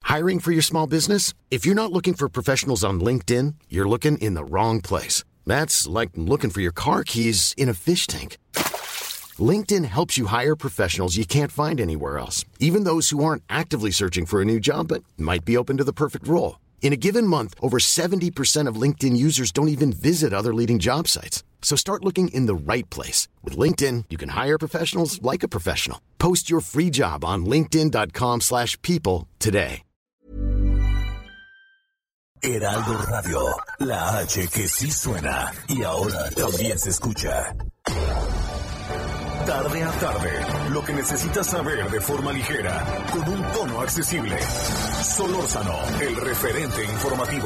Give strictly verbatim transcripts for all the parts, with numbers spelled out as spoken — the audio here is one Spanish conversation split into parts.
Hiring for your small business? If you're not looking for professionals on LinkedIn, you're looking in the wrong place. That's like looking for your car keys in a fish tank. LinkedIn helps you hire professionals you can't find anywhere else, even those who aren't actively searching for a new job but might be open to the perfect role. In a given month, over seventy percent of LinkedIn users don't even visit other leading job sites. So start looking in the right place. With LinkedIn, you can hire professionals like a professional. Post your free job on linkedin.com slash people today. Heraldo Radio, la H que sí suena y ahora también se escucha. Tarde a tarde, lo que necesitas saber de forma ligera, con un tono accesible. Solórzano, el referente informativo.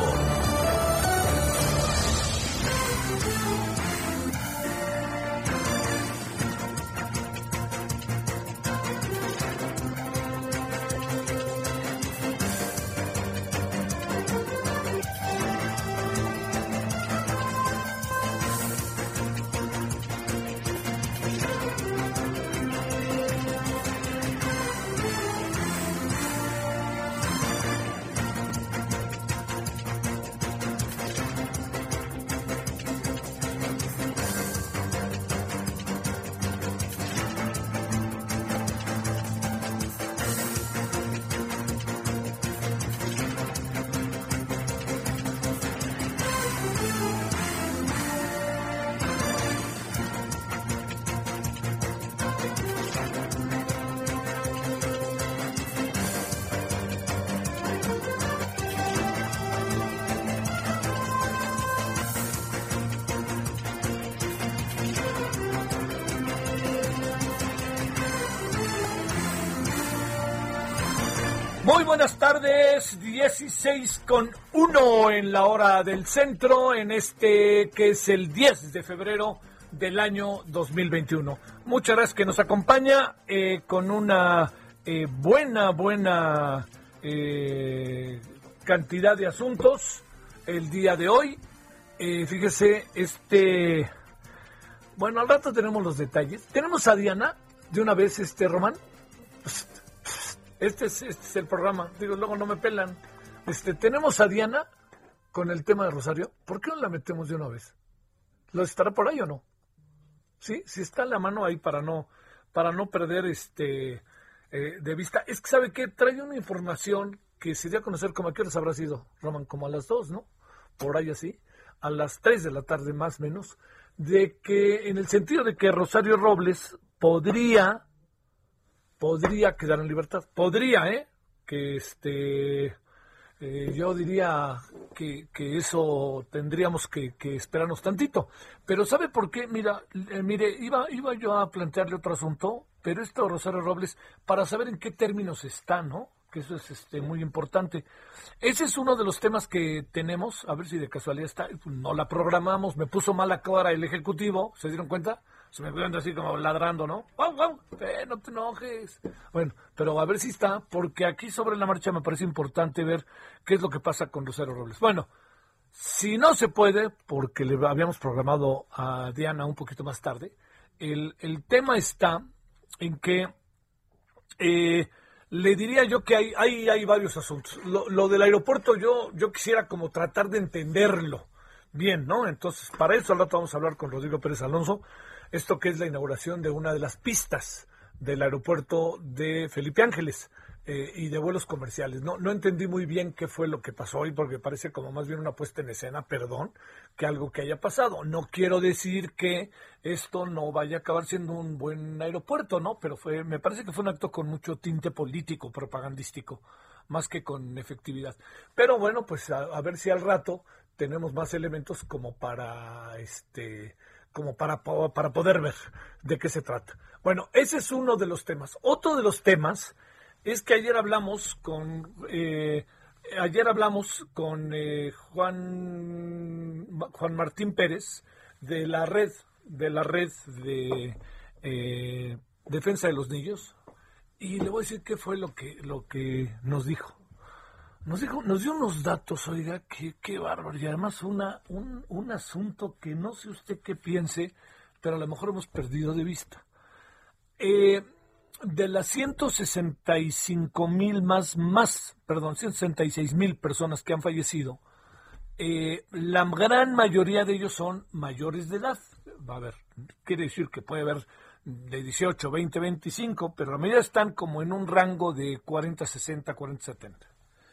Muy buenas tardes, dieciséis con uno en la hora del centro, en este que es el diez de febrero del año dos mil veintiuno. Muchas gracias que nos acompaña eh, con una eh, buena, buena eh, cantidad de asuntos el día de hoy. Eh, fíjese, este, bueno, al rato tenemos los detalles. Tenemos a Diana, de una vez, este, Román. Este es, este es el programa, digo, luego no me pelan. Este, tenemos a Diana con el tema de Rosario. ¿Por qué no la metemos de una vez? ¿Lo estará por ahí o no? Sí, si está a la mano ahí para no, para no perder este eh, de vista. Es que sabe que trae una información que se dio a conocer, como a qué horas habrá sido, Roman, como a las dos, ¿no? Por ahí así, a las tres de la tarde más o menos, de que en el sentido de que Rosario Robles podría podría quedar en libertad. Podría, ¿eh? Que este, eh, yo diría que, que eso tendríamos que, que esperarnos tantito. Pero ¿sabe por qué? Mira, eh, mire, iba, iba yo a plantearle otro asunto, pero esto Rosario Robles, para saber en qué términos está, ¿no? Que eso es este, muy importante. Ese es uno de los temas que tenemos, a ver si de casualidad está, no la programamos, me puso mala cara el ejecutivo, ¿se dieron cuenta? Se me quedan así como ladrando, ¿no? ¡Guau, guau! Eh, no te enojes. Bueno, pero a ver si está, porque aquí sobre la marcha me parece importante ver qué es lo que pasa con Rosario Robles. Bueno, si no se puede, porque le habíamos programado a Diana un poquito más tarde, el, el tema está en que eh, le diría yo que hay, hay, hay varios asuntos. Lo, lo del aeropuerto yo, yo quisiera como tratar de entenderlo bien, ¿no? Entonces, para eso al rato vamos a hablar con Rodrigo Pérez Alonso. Esto que es la inauguración de una de las pistas del aeropuerto de Felipe Ángeles eh, y de vuelos comerciales. No, no entendí muy bien qué fue lo que pasó hoy, porque parece como más bien una puesta en escena, perdón, que algo que haya pasado. No quiero decir que esto no vaya a acabar siendo un buen aeropuerto, ¿no? Pero fue, me parece que fue un acto con mucho tinte político, propagandístico, más que con efectividad. Pero bueno, pues a, a ver si al rato tenemos más elementos como para este... como para, para poder ver de qué se trata. Bueno, ese es uno de los temas. Otro de los temas es que ayer hablamos con eh, ayer hablamos con eh, Juan Juan Martín Pérez de la red de la red de eh, defensa de los niños, y le voy a decir qué fue lo que lo que nos dijo. Nos dijo, nos dio unos datos, oiga, qué, qué bárbaro, y además una, un, un asunto que no sé usted qué piense, pero a lo mejor hemos perdido de vista. Eh, de las ciento sesenta y cinco mil más, más, perdón, ciento sesenta y seis mil personas que han fallecido, eh, la gran mayoría de ellos son mayores de edad. Va a haber, quiere decir que puede haber de dieciocho, veinte, veinticinco, pero la mayoría están como en un rango de cuarenta, sesenta, cuarenta, setenta.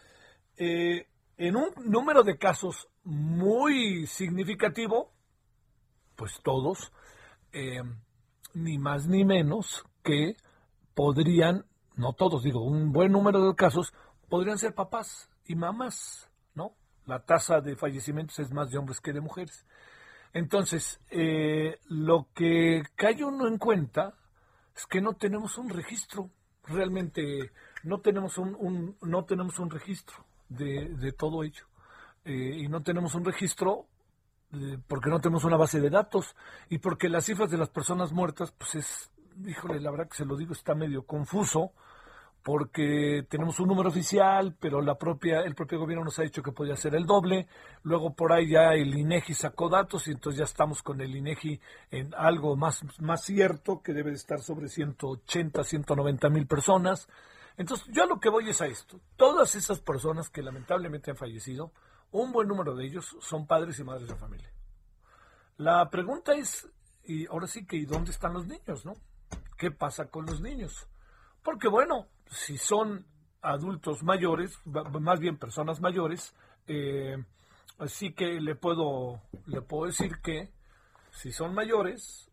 Eh, en un número de casos muy significativo, pues todos, eh, ni más ni menos que podrían, no todos, digo, un buen número de casos, podrían ser papás y mamás, ¿no? La tasa de fallecimientos es más de hombres que de mujeres. Entonces, eh, lo que cae uno en cuenta es que no tenemos un registro, realmente no tenemos un, un no tenemos un registro de, de todo ello. Eh, y no tenemos un registro eh, porque no tenemos una base de datos y porque las cifras de las personas muertas, pues es, híjole, la verdad que se lo digo, está medio confuso, porque tenemos un número oficial, pero la propia el propio gobierno nos ha dicho que podía ser el doble. Luego por ahí ya el INEGI sacó datos y entonces ya estamos con el INEGI en algo más, más cierto, que debe de estar sobre ciento ochenta, ciento noventa mil personas. Entonces yo a lo que voy es a esto. Todas esas personas que lamentablemente han fallecido, un buen número de ellos son padres y madres de familia. La pregunta es, y ahora sí que, ¿y dónde están los niños, no? ¿Qué pasa con los niños? Porque bueno, si son adultos mayores, más bien personas mayores, eh, así que le puedo, le puedo decir que si son mayores,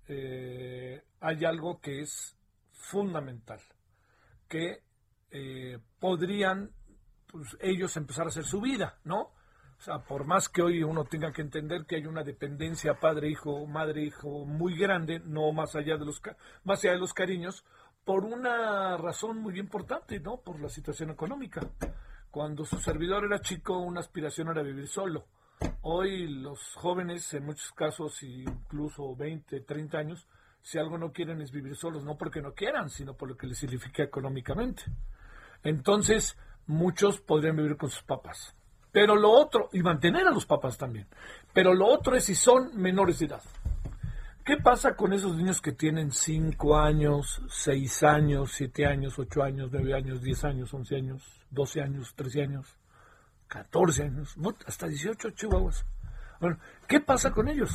eh, hay algo que es fundamental, que eh, podrían pues, ellos empezar a hacer su vida, ¿no? O sea, por más que hoy uno tenga que entender que hay una dependencia padre-hijo, madre-hijo muy grande, no más allá de los, más allá de los cariños, por una razón muy importante, ¿no? Por la situación económica. Cuando su servidor era chico, una aspiración era vivir solo. Hoy los jóvenes, en muchos casos, incluso veinte, treinta años, si algo no quieren es vivir solos, no porque no quieran, sino por lo que les significa económicamente. Entonces, muchos podrían vivir con sus papás. Pero lo otro, y mantener a los papás también, pero lo otro es si son menores de edad. ¿Qué pasa con esos niños que tienen cinco años, seis años, siete años, ocho años, nueve años, diez años, once años, doce años, trece años, catorce años, hasta dieciocho chihuahuas? Bueno, ¿qué pasa con ellos?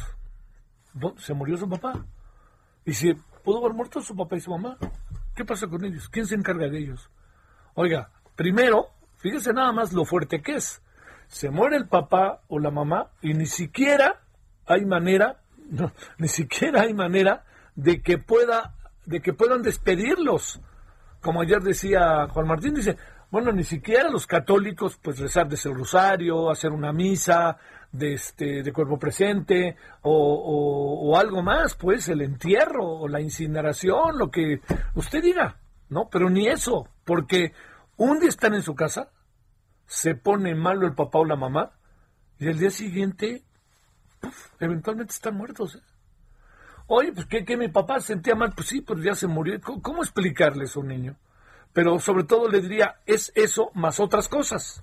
Se murió su papá. Y si pudo haber muerto su papá y su mamá, ¿qué pasa con ellos? ¿Quién se encarga de ellos? Oiga, primero, fíjese nada más lo fuerte que es. Se muere el papá o la mamá y ni siquiera hay manera No, ni siquiera hay manera de que pueda, de que puedan despedirlos. Como ayer decía Juan Martín, dice, bueno, ni siquiera los católicos, pues rezar desde el rosario, hacer una misa de este, de cuerpo presente, o, o, o algo más, pues, el entierro, o la incineración, lo que usted diga, ¿no? Pero ni eso, porque un día están en su casa, se pone malo el papá o la mamá, y el día siguiente eventualmente están muertos, ¿eh? Oye, pues que, que mi papá se sentía mal, pues sí, pero ya se murió. ¿Cómo, cómo explicarle eso a un niño? Pero sobre todo le diría, es eso más otras cosas.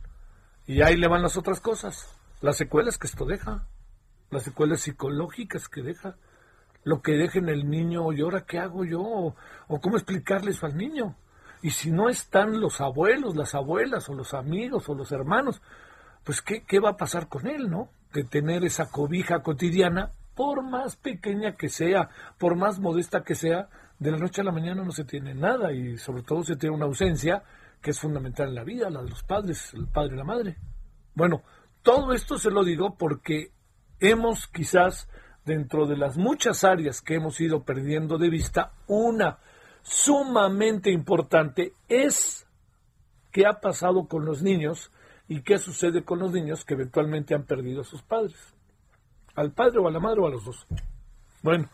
Y ahí le van las otras cosas. Las secuelas que esto deja, las secuelas psicológicas que deja, lo que deja en el niño, y ahora qué hago yo, o, o cómo explicarle eso al niño. Y si no están los abuelos, las abuelas, o los amigos, o los hermanos, pues qué, qué va a pasar con él, ¿no? De tener esa cobija cotidiana, por más pequeña que sea, por más modesta que sea, de la noche a la mañana no se tiene nada, y sobre todo se tiene una ausencia que es fundamental en la vida, la de los padres, el padre y la madre. Bueno, todo esto se lo digo porque hemos quizás, dentro de las muchas áreas que hemos ido perdiendo de vista, una sumamente importante es qué ha pasado con los niños. ¿Y qué sucede con los niños que eventualmente han perdido a sus padres? Al padre o a la madre o a los dos. Bueno,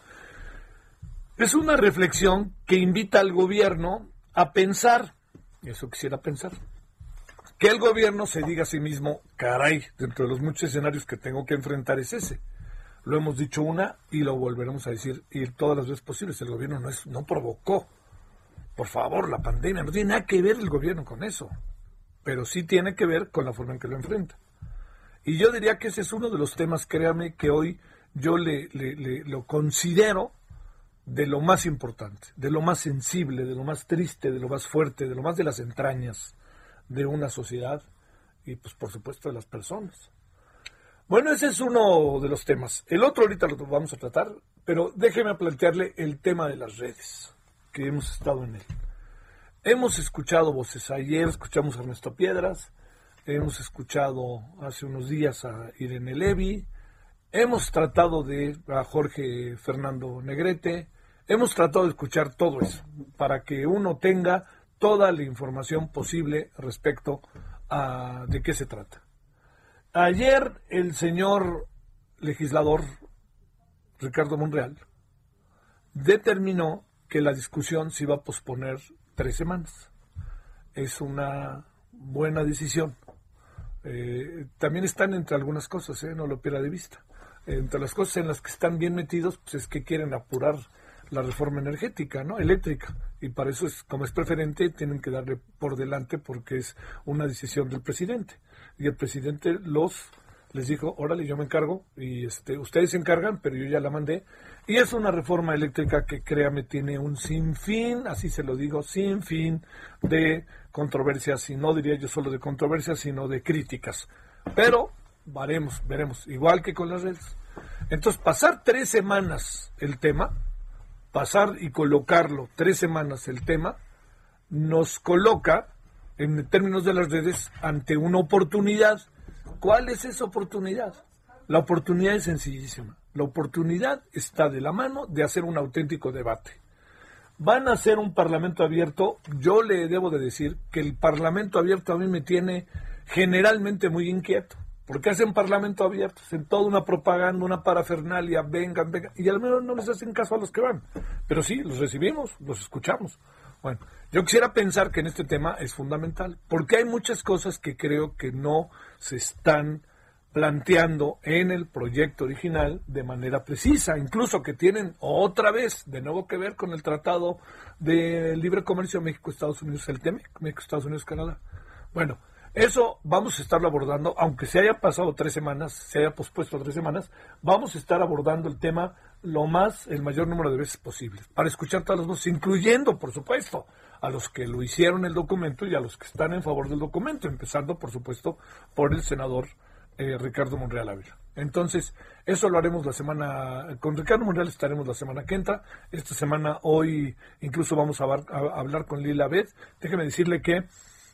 es una reflexión que invita al gobierno a pensar, y eso quisiera pensar, que el gobierno se diga a sí mismo, caray, dentro de los muchos escenarios que tengo que enfrentar es ese. Lo hemos dicho una y lo volveremos a decir y todas las veces posibles. El gobierno no, es, no provocó, por favor, la pandemia. No tiene nada que ver el gobierno con eso. Pero sí tiene que ver con la forma en que lo enfrenta. Y yo diría que ese es uno de los temas, créame, que hoy yo le, le, le lo considero de lo más importante, de lo más sensible, de lo más triste, de lo más fuerte, de lo más de las entrañas de una sociedad y pues por supuesto de las personas. Bueno, ese es uno de los temas. El otro ahorita lo vamos a tratar, pero déjeme plantearle el tema de las redes, que hemos estado en él. Hemos escuchado voces. Ayer escuchamos a Ernesto Piedras, hemos escuchado hace unos días a Irene Levy, hemos tratado de a Jorge Fernando Negrete, hemos tratado de escuchar todo eso, para que uno tenga toda la información posible respecto a de qué se trata. Ayer el señor legislador Ricardo Monreal determinó que la discusión se iba a posponer tres semanas. Es una buena decisión. Eh, también están entre algunas cosas, eh, no lo pierda de vista. Entre las cosas en las que están bien metidos, pues es que quieren apurar la reforma energética, ¿no? Eléctrica. Y para eso, es como es preferente, tienen que darle por delante porque es una decisión del presidente. Y el presidente los les dijo, órale, yo me encargo, y este ustedes se encargan, pero yo ya la mandé. Y es una reforma eléctrica que, créame, tiene un sinfín, así se lo digo, sinfín de controversias, y no diría yo solo de controversias, sino de críticas. Pero veremos, veremos, igual que con las redes. Entonces, pasar tres semanas el tema, pasar y colocarlo tres semanas el tema, nos coloca, en términos de las redes, ante una oportunidad. ¿Cuál es esa oportunidad? La oportunidad es sencillísima. La oportunidad está de la mano de hacer un auténtico debate. Van a hacer un parlamento abierto. Yo le debo de decir que el parlamento abierto a mí me tiene generalmente muy inquieto. Porque hacen parlamento abierto, hacen toda una propaganda, una parafernalia, vengan, vengan, y al menos no les hacen caso a los que van. Pero sí, los recibimos, los escuchamos. Bueno, yo quisiera pensar que en este tema es fundamental, porque hay muchas cosas que creo que no se están planteando en el proyecto original de manera precisa, incluso que tienen otra vez de nuevo que ver con el Tratado de Libre Comercio México-Estados Unidos, el T M E C, México-Estados Unidos-Canadá. Bueno, eso vamos a estarlo abordando, aunque se haya pasado tres semanas, se haya pospuesto tres semanas, vamos a estar abordando el tema lo más, el mayor número de veces posible, para escuchar todas las voces, incluyendo, por supuesto, a los que lo hicieron el documento y a los que están en favor del documento, empezando, por supuesto, por el senador eh, Ricardo Monreal Ávila. Entonces, eso lo haremos la semana, con Ricardo Monreal estaremos la semana que entra. Esta semana, hoy, incluso vamos a, bar, a hablar con Lila Beth. Déjeme decirle que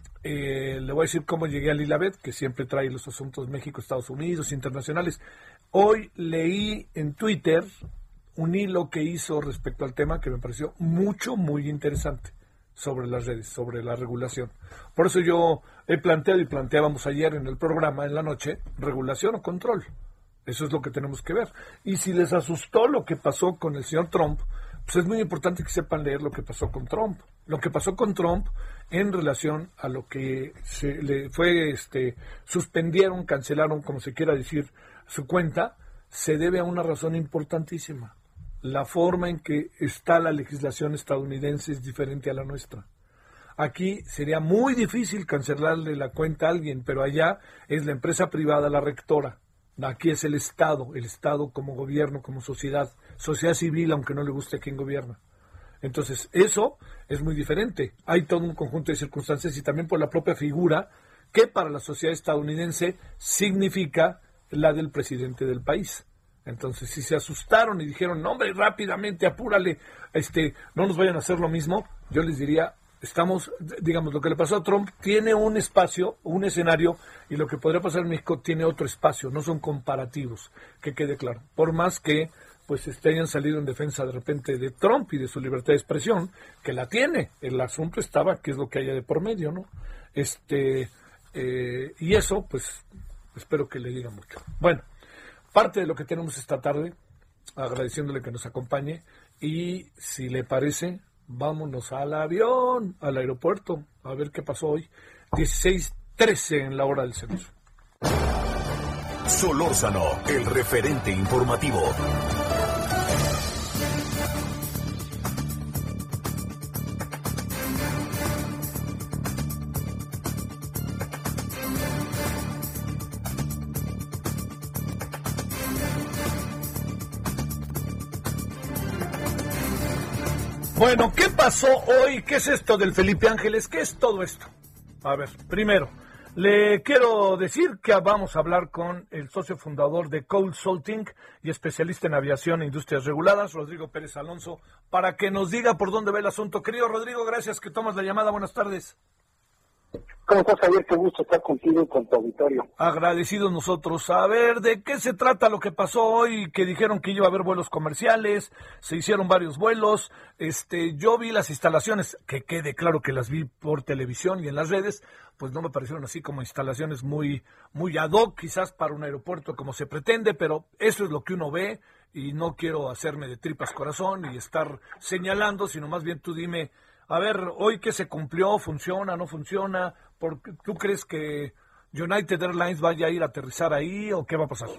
Eh, le voy a decir cómo llegué a Lilabet, que siempre trae los asuntos México, Estados Unidos, internacionales. Hoy leí en Twitter un hilo que hizo respecto al tema que me pareció mucho, muy interesante sobre las redes, sobre la regulación. Por eso yo he planteado y planteábamos ayer en el programa, en la noche, regulación o control. Eso es lo que tenemos que ver. Y si les asustó lo que pasó con el señor Trump, pues es muy importante que sepan leer lo que pasó con Trump. Lo que pasó con Trump en relación a lo que se le fue, este, suspendieron, cancelaron, como se quiera decir, su cuenta, se debe a una razón importantísima. La forma en que está la legislación estadounidense es diferente a la nuestra. Aquí sería muy difícil cancelarle la cuenta a alguien, pero allá es la empresa privada la rectora. Aquí es el Estado, el Estado como gobierno, como sociedad, sociedad civil, aunque no le guste a quien gobierna. Entonces, eso es muy diferente. Hay todo un conjunto de circunstancias y también por la propia figura que para la sociedad estadounidense significa la del presidente del país. Entonces, si se asustaron y dijeron, no, hombre, rápidamente, apúrale, este, no nos vayan a hacer lo mismo, yo les diría, estamos, digamos, lo que le pasó a Trump tiene un espacio, un escenario, y lo que podría pasar en México tiene otro espacio, no son comparativos, que quede claro. Por más que pues este, hayan salido en defensa de repente de Trump y de su libertad de expresión, que la tiene, el asunto estaba, qué es lo que haya de por medio, ¿no? Este, eh, y eso, pues, espero que le diga mucho. Bueno, parte de lo que tenemos esta tarde, agradeciéndole que nos acompañe, y si le parece, vámonos al avión, al aeropuerto, a ver qué pasó hoy. dieciséis trece en la hora del centro. Solórzano, el referente informativo. Bueno, ¿qué pasó hoy? ¿Qué es esto del Felipe Ángeles? ¿Qué es todo esto? A ver, primero, le quiero decir que vamos a hablar con el socio fundador de Consulting y especialista en aviación e industrias reguladas, Rodrigo Pérez Alonso, para que nos diga por dónde va el asunto. Querido Rodrigo, gracias que tomas la llamada. Buenas tardes. ¿Cómo estás, Javier? Qué gusto estar contigo y con tu auditorio. Agradecidos nosotros. A ver, ¿de qué se trata lo que pasó hoy? Que dijeron que iba a haber vuelos comerciales, se hicieron varios vuelos. Este, yo vi las instalaciones, que quede claro que las vi por televisión y en las redes, pues no me parecieron así como instalaciones muy, muy ad hoc, quizás para un aeropuerto como se pretende, pero eso es lo que uno ve y no quiero hacerme de tripas corazón y estar señalando, sino más bien tú dime, a ver, hoy qué se cumplió, funciona, no funciona. ¿Por qué, ¿Tú crees que United Airlines vaya a ir a aterrizar ahí o qué va a pasar?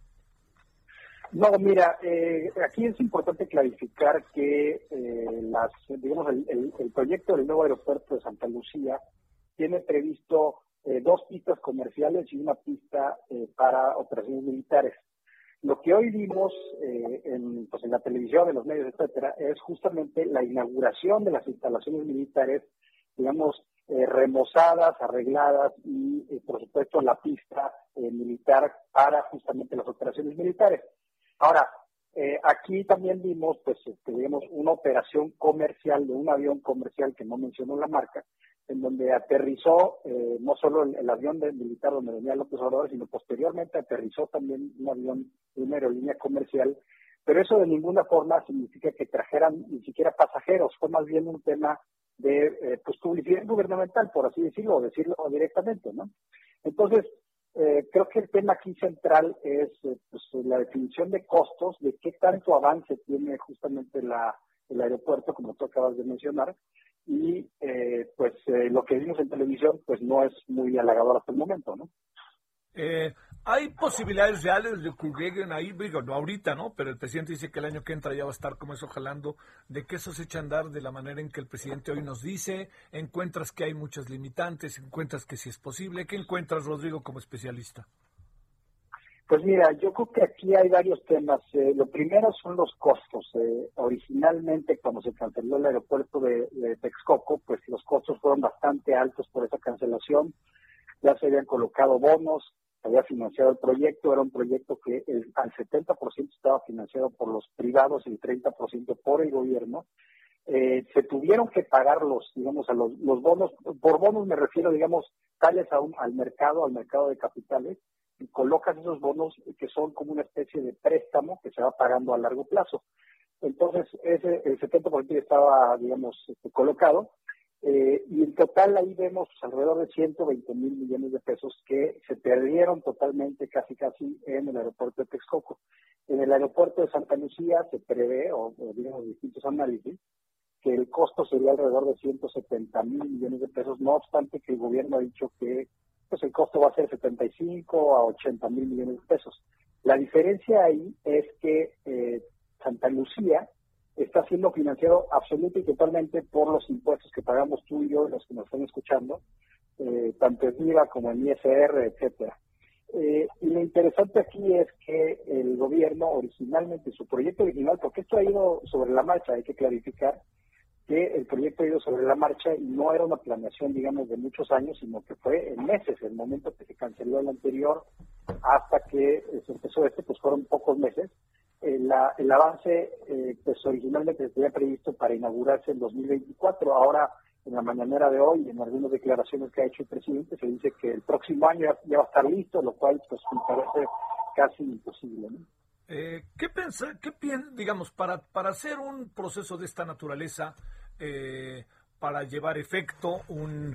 No, mira, eh, aquí es importante clarificar que eh, las, digamos, el, el, el proyecto del nuevo aeropuerto de Santa Lucía tiene previsto eh, dos pistas comerciales y una pista eh, para operaciones militares. Lo que hoy vimos eh, en, pues en la televisión, en los medios, etcétera, es justamente la inauguración de las instalaciones militares, digamos, eh, remozadas, arregladas y, eh, por supuesto, la pista eh, militar para justamente las operaciones militares. Ahora, eh, aquí también vimos, pues, este, digamos, una operación comercial de un avión comercial que no mencionó la marca, en donde aterrizó eh, no solo el, el avión de militar donde venía López Obrador, sino posteriormente aterrizó también un avión de una aerolínea comercial, pero eso de ninguna forma significa que trajeran ni siquiera pasajeros, fue más bien un tema de eh, pues publicidad gubernamental, por así decirlo, o decirlo directamente, ¿no? Entonces, eh, creo que el tema aquí central es eh, pues, la definición de costos, de qué tanto avance tiene justamente la, el aeropuerto, como tú acabas de mencionar, y eh, pues eh, lo que vimos en televisión pues no es muy halagador hasta el momento, ¿no? Eh, ¿Hay posibilidades reales de que lleguen ahí? Digo, no ahorita, ¿no? Pero el presidente dice que el año que entra ya va a estar como eso jalando, de que eso se echa a andar de la manera en que el presidente hoy nos dice. ¿Encuentras que hay muchas limitantes? ¿Encuentras que sí es posible? ¿Qué encuentras, Rodrigo, como especialista? Pues mira, yo creo que aquí hay varios temas. Eh, lo primero son los costos. Eh, originalmente, cuando se canceló el aeropuerto de, de Texcoco, pues los costos fueron bastante altos por esa cancelación. Ya se habían colocado bonos, se había financiado el proyecto, era un proyecto que el, al setenta por ciento estaba financiado por los privados y el treinta por ciento por el gobierno. Eh, se tuvieron que pagar los, digamos, a los, los bonos. Por bonos me refiero, digamos, tales a un, al mercado, al mercado de capitales, y colocas esos bonos que son como una especie de préstamo que se va pagando a largo plazo. Entonces, ese el setenta por ciento estaba, digamos, este, colocado, eh, y en total ahí vemos pues, alrededor de ciento veinte mil millones de pesos que se perdieron totalmente, casi casi, en el aeropuerto de Texcoco. En el aeropuerto de Santa Lucía se prevé, o, o digamos, distintos análisis, que el costo sería alrededor de ciento setenta mil millones de pesos, no obstante que el gobierno ha dicho que pues el costo va a ser setenta y cinco a ochenta mil millones de pesos. La diferencia ahí es que eh, Santa Lucía está siendo financiado absoluta y totalmente por los impuestos que pagamos tú y yo, los que nos están escuchando, eh, tanto en I V A como en I S R, etcétera. Eh, y lo interesante aquí es que el gobierno originalmente, su proyecto original, porque esto ha ido sobre la marcha, hay que clarificar, que el proyecto ha ido sobre la marcha y no era una planeación, digamos, de muchos años, sino que fue en meses, el momento que se canceló el anterior hasta que se empezó este, pues fueron pocos meses. Eh, la, el avance, eh, pues originalmente se tenía previsto para inaugurarse en dos mil veinticuatro, ahora en la mañanera de hoy, en algunas declaraciones que ha hecho el presidente, se dice que el próximo año ya, ya va a estar listo, lo cual pues me parece casi imposible, ¿no? Eh, ¿Qué piensa, qué piensa, digamos, para, para hacer un proceso de esta naturaleza, eh, para llevar efecto, un,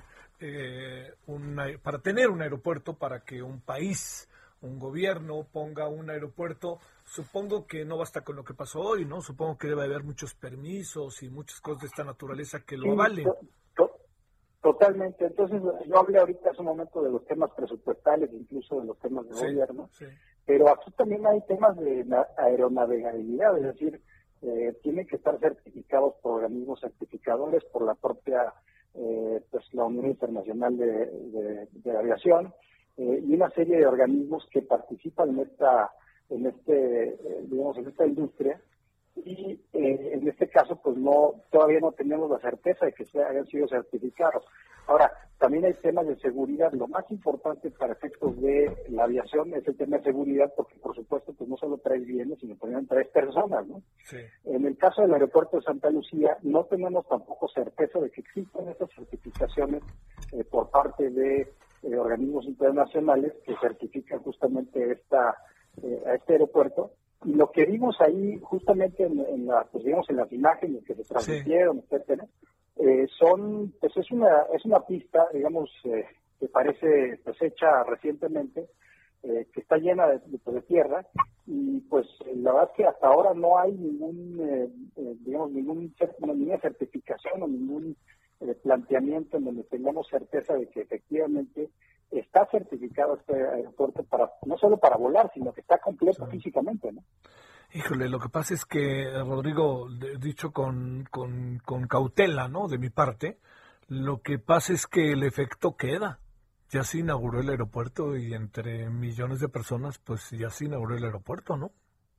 eh, un, para tener un aeropuerto, para que un país, un gobierno ponga un aeropuerto, supongo que no basta con lo que pasó hoy, ¿no? Supongo que debe haber muchos permisos y muchas cosas de esta naturaleza que lo sí, avalen. To, to, totalmente. Entonces, yo hablé ahorita hace un momento de los temas presupuestales, incluso de los temas de sí, gobierno, sí. Pero aquí también hay temas de aeronavegabilidad, es decir, eh, tienen que estar certificados por organismos certificadores, por la propia, eh, pues la Unión Internacional de, de, de Aviación, eh, y una serie de organismos que participan en esta, en este, eh, digamos, en esta industria, y eh, en este caso pues no todavía no tenemos la certeza de que se hayan sido certificados. Ahora, también hay temas de seguridad. Lo más importante para efectos de la aviación es el tema de seguridad, porque por supuesto pues no solo traes bienes, sino también traes personas, ¿no? Sí. En el caso del aeropuerto de Santa Lucía, no tenemos tampoco certeza de que existen estas certificaciones eh, por parte de eh, organismos internacionales que certifican justamente esta eh, a este aeropuerto. Y lo que vimos ahí justamente en, en, la, pues, digamos, en las imágenes que se transmitieron, sí. etcétera, eh, son, pues es una es una pista, digamos, eh, que parece pues hecha recientemente, eh, que está llena de, de, de tierra, y pues la verdad es que hasta ahora no hay ningún, eh, eh, digamos, ningún ninguna certificación o ningún eh, planteamiento en donde tengamos certeza de que efectivamente está certificado este aeropuerto para no solo para volar, sino que está completo sí. físicamente, ¿no? Híjole, lo que pasa es que, Rodrigo, de, dicho con, con, con cautela, ¿no?, de mi parte, lo que pasa es que el efecto queda. Ya se inauguró el aeropuerto y entre millones de personas, pues ya se inauguró el aeropuerto, ¿no?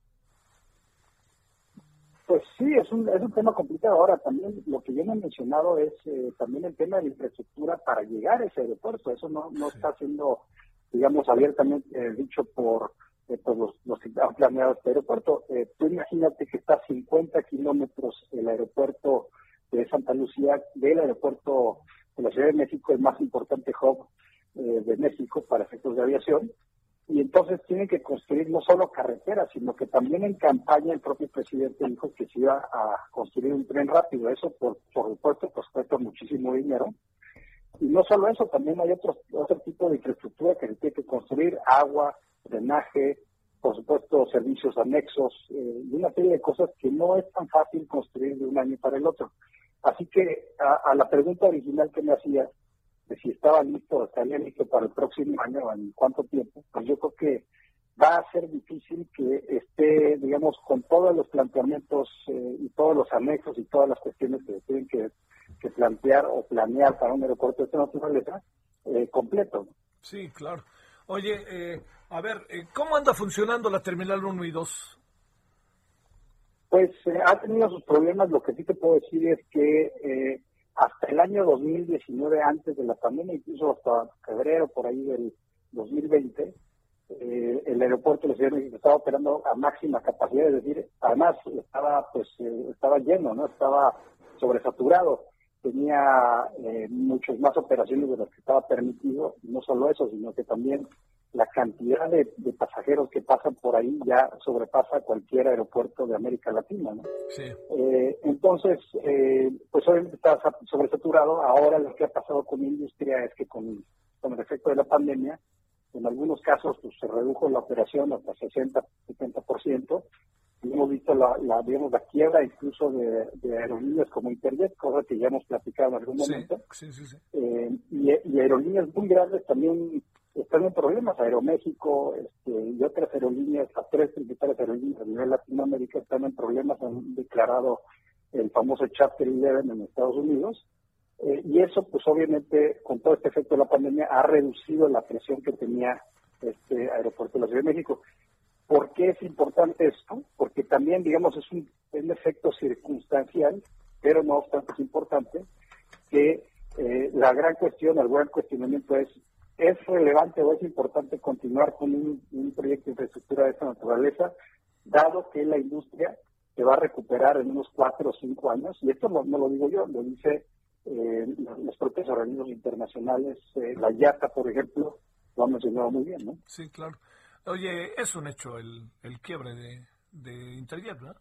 Pues sí, es un, es un tema complicado. Ahora, también lo que yo no he mencionado es eh, también el tema de la infraestructura para llegar a ese aeropuerto. Eso no, no sí. está siendo, digamos, abiertamente eh, dicho por, eh, por los, los que han planeado este aeropuerto. Eh, tú imagínate que está a cincuenta kilómetros el aeropuerto de Santa Lucía del aeropuerto de la Ciudad de México, el más importante hub eh, de México para efectos de aviación. Y entonces tienen que construir no solo carreteras, sino que también en campaña el propio presidente dijo que se iba a construir un tren rápido. Eso, por, por supuesto, pues cuesta muchísimo dinero. Y no solo eso, también hay otro, otro tipo de infraestructura que se tiene que construir: agua, drenaje, por supuesto, servicios anexos, eh, y una serie de cosas que no es tan fácil construir de un año para el otro. Así que a, a la pregunta original que me hacías, de si estaba listo o estaría listo para el próximo año o en cuánto tiempo, pues yo creo que va a ser difícil que esté, digamos, con todos los planteamientos eh, y todos los anexos y todas las cuestiones que se tienen que, que plantear o planear para un aeropuerto de esta naturaleza eh, completo. Sí, claro. Oye, eh, a ver, eh, ¿cómo anda funcionando la Terminal uno y dos? Pues eh, ha tenido sus problemas. Lo que sí te puedo decir es que eh, hasta el año dos mil diecinueve, antes de la pandemia, incluso hasta febrero, por ahí del dos mil veinte, eh, el aeropuerto de la Ciudad de México estaba operando a máxima capacidad, es decir, además estaba pues eh, estaba lleno, no estaba sobresaturado, tenía eh, muchas más operaciones de las que estaba permitido, y no solo eso, sino que también la cantidad de, de pasajeros que pasan por ahí ya sobrepasa cualquier aeropuerto de América Latina, ¿no? Sí. Eh, entonces, eh, pues obviamente está sobresaturado. Ahora lo que ha pasado con la industria es que con, con el efecto de la pandemia, en algunos casos pues, se redujo la operación hasta sesenta, setenta por ciento. Y hemos visto la, la, digamos, la quiebra incluso de, de aerolíneas como Interjet, cosa que ya hemos platicado en algún momento. Sí, sí, sí, sí. Eh, y, y aerolíneas muy grandes también están en problemas. Aeroméxico este, y otras aerolíneas, las tres principales aerolíneas a nivel Latinoamérica están en problemas. Han declarado el famoso Chapter once en Estados Unidos. Eh, y eso, pues obviamente, con todo este efecto de la pandemia, ha reducido la presión que tenía este aeropuerto de la Ciudad de México. ¿Por qué es importante esto? Porque también, digamos, es un, es un efecto circunstancial, pero no obstante es importante que eh, la gran cuestión, el gran cuestionamiento es, ¿es relevante o es importante continuar con un, un proyecto de infraestructura de esta naturaleza, dado que la industria se va a recuperar en unos cuatro o cinco años? Y esto no, no lo digo yo, lo dice eh, los propios organismos internacionales. Eh, la I A T A, por ejemplo, lo ha mencionado muy bien, ¿no? Sí, claro. Oye, es un hecho el, el quiebre de, de Interjet, ¿verdad?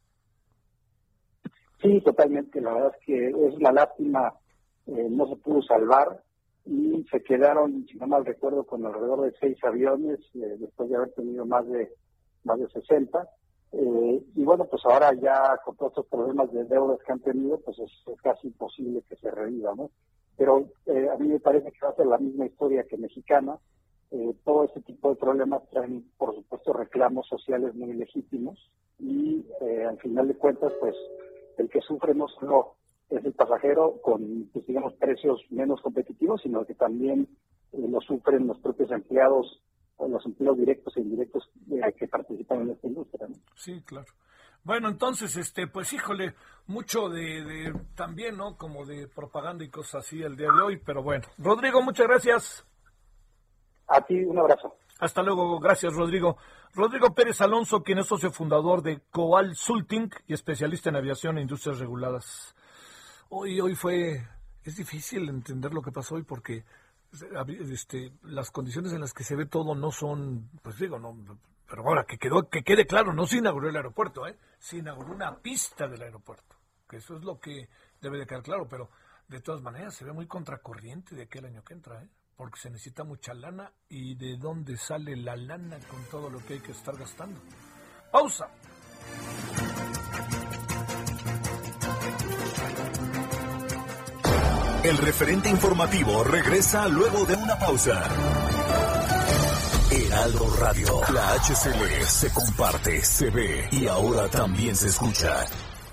Sí, totalmente. La verdad es que es una lástima, eh, no se pudo salvar y se quedaron, si no mal recuerdo, con alrededor de seis aviones eh, después de haber tenido más de más de sesenta. Eh, y bueno, pues ahora ya con todos estos problemas de deudas que han tenido, pues es, es casi imposible que se reviva, ¿no? Pero eh, a mí me parece que va a ser la misma historia que Mexicana. Eh, todo este tipo de problemas traen, por supuesto, reclamos sociales muy legítimos y eh, al final de cuentas, pues el que sufre no solo es el pasajero con, pues, digamos, precios menos competitivos, sino que también eh, lo sufren los propios empleados, o los empleos directos e indirectos eh, que participan en esta industria, ¿no? Sí, claro. Bueno, entonces, este, pues híjole, mucho de, de también, ¿no? Como de propaganda y cosas así el día de hoy, pero bueno. Rodrigo, muchas gracias. A ti, un abrazo. Hasta luego, gracias, Rodrigo. Rodrigo Pérez Alonso, quien es socio fundador de Coalsulting y especialista en aviación e industrias reguladas. Hoy, hoy fue, es difícil entender lo que pasó hoy porque este, las condiciones en las que se ve todo no son, pues digo, no, pero ahora que quedó, que quede claro, no se inauguró el aeropuerto, ¿eh? Se inauguró una pista del aeropuerto, que eso es lo que debe de quedar claro, pero de todas maneras se ve muy contracorriente de aquel año que entra, ¿eh? Porque se necesita mucha lana y de dónde sale la lana con todo lo que hay que estar gastando. Pausa. El referente informativo regresa luego de una pausa. Heraldo Radio, la H C L se comparte, se ve y ahora también se escucha.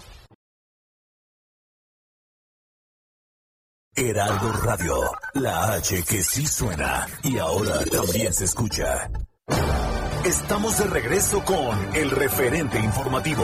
Heraldo Radio, la H que sí suena y ahora también se escucha. Estamos de regreso con el referente informativo.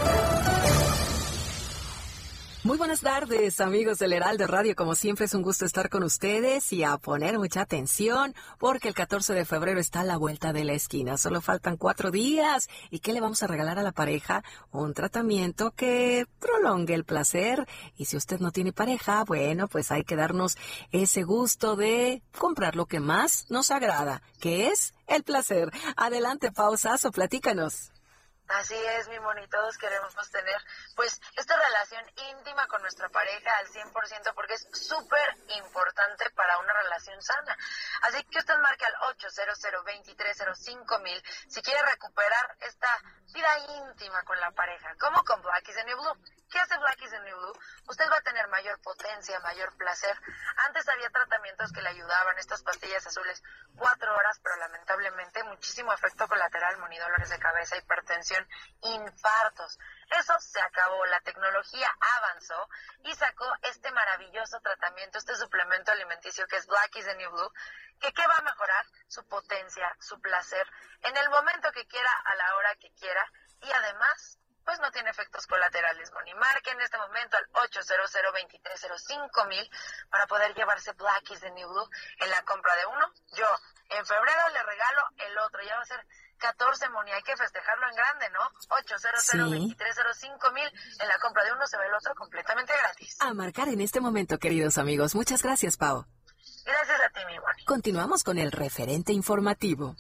Muy buenas tardes, amigos del Heraldo Radio. Como siempre es un gusto estar con ustedes y a poner mucha atención porque el catorce de febrero está a la vuelta de la esquina. Solo faltan cuatro días. ¿Y qué le vamos a regalar a la pareja? Un tratamiento que prolongue el placer. Y si usted no tiene pareja, bueno, pues hay que darnos ese gusto de comprar lo que más nos agrada, que es el placer. Adelante, Pausazo, platícanos. Así es, mi Moni, todos queremos tener pues esta relación íntima con nuestra pareja al cien por ciento porque es súper importante para una relación sana. Así que usted marque al ocho cero cero, dos tres cero cinco mil si quiere recuperar esta vida íntima con la pareja, como con Black is the New Blue. ¿Qué hace Black is the New Blue? Usted va a tener mayor potencia, mayor placer. Antes había tratamientos que le ayudaban, estas pastillas azules, cuatro horas, pero lamentablemente muchísimo efecto colateral, Moni, dolores de cabeza, hipertensión, infartos. Eso se acabó, la tecnología avanzó y sacó este maravilloso tratamiento, este suplemento alimenticio que es Black is the New Blue, que ¿qué va a mejorar? Su potencia, su placer, en el momento que quiera, a la hora que quiera, y además pues no tiene efectos colaterales, Moni. Marque en este momento al ocho cero cero, dos tres cero cinco mil para poder llevarse Black is the New Blue en la compra de uno. Yo en febrero le regalo el otro, ya va a ser catorce, Moni, hay que festejarlo en grande, ¿no? ocho cero cero, dos tres cero cinco mil en la compra de uno se ve el otro completamente gratis. A marcar en este momento, queridos amigos. Muchas gracias, Pau. Gracias a ti, mi Moni. Continuamos con el referente informativo.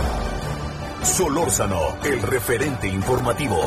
Solórzano, el referente informativo.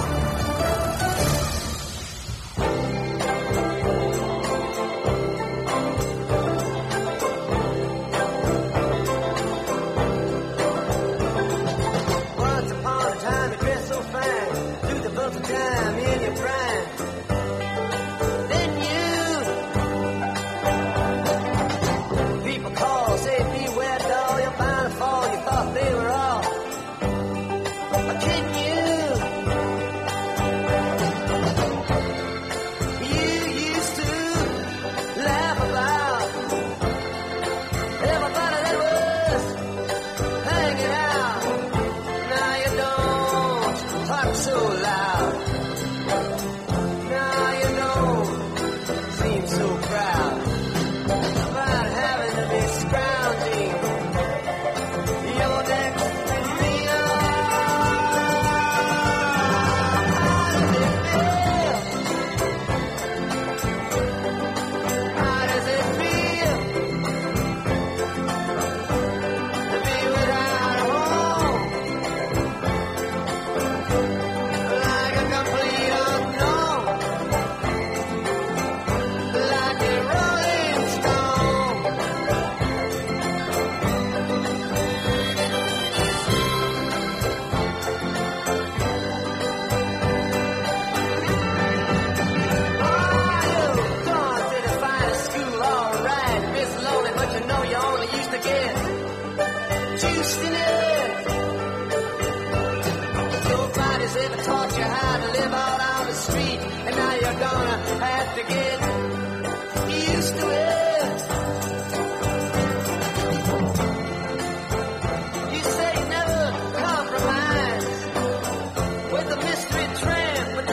With the mystery tramp,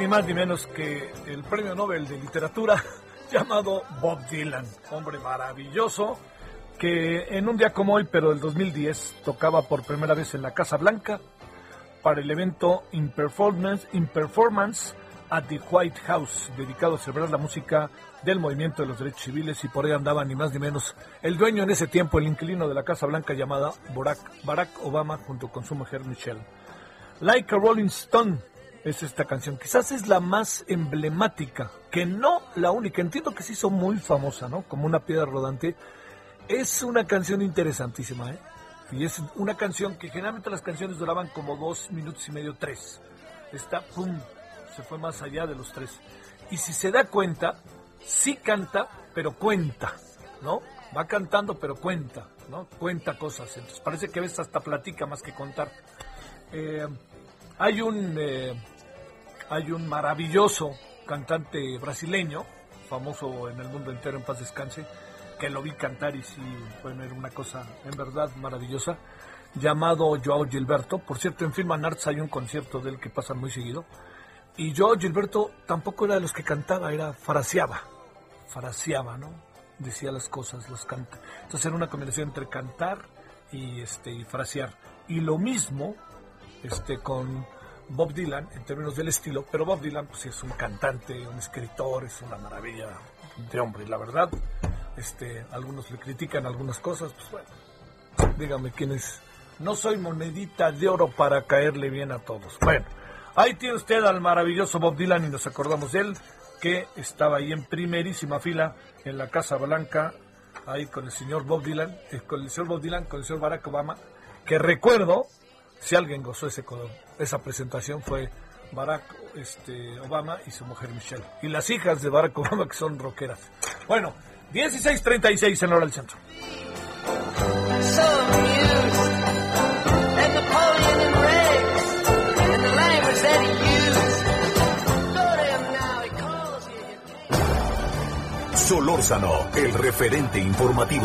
ni más ni menos que el premio Nobel de Literatura llamado Bob Dylan, hombre maravilloso, que en un día como hoy, pero del dos mil diez, tocaba por primera vez en la Casa Blanca para el evento In Performance, In Performance at the White House, dedicado a celebrar la música del movimiento de los derechos civiles, y por ahí andaba ni más ni menos el dueño en ese tiempo, el inquilino de la Casa Blanca, llamada Barack, Barack Obama, junto con su mujer Michelle. Like a Rolling Stone es esta canción, quizás es la más emblemática, que no la única, entiendo que se hizo muy famosa, ¿no? Como una piedra rodante. Es una canción interesantísima, ¿eh? Y es una canción que generalmente las canciones duraban como dos minutos y medio, tres. Esta, pum, se fue más allá de los tres. Y si se da cuenta, sí canta, pero cuenta, ¿no? Va cantando, pero cuenta, ¿no? Cuenta cosas. Entonces parece que a veces hasta platica más que contar. Eh, hay un eh, hay un maravilloso cantante brasileño, famoso en el mundo entero, en paz descanse, que lo vi cantar y sí, bueno, era una cosa en verdad maravillosa, llamado Joao Gilberto. Por cierto, en Film and Arts hay un concierto de él que pasa muy seguido. Y Joao Gilberto tampoco era de los que cantaba, era fraseaba, fraseaba, ¿no? Decía las cosas, las canta. Entonces era una combinación entre cantar y este y frasear. Y lo mismo este con Bob Dylan en términos del estilo, pero Bob Dylan pues es un cantante, un escritor, es una maravilla de hombre, la verdad. Este, algunos le critican algunas cosas, pues bueno, dígame quién es. No soy monedita de oro para caerle bien a todos. Bueno, ahí tiene usted al maravilloso Bob Dylan y nos acordamos de él, que estaba ahí en primerísima fila en la Casa Blanca, ahí con el señor Bob Dylan, eh, con el señor Bob Dylan, con el señor Barack Obama, que recuerdo, si alguien gozó ese, esa presentación fue Barack este, Obama y su mujer Michelle, y las hijas de Barack Obama, que son rockeras. Bueno, dieciséis treinta y seis en la hora del centro. Solórzano, el referente informativo.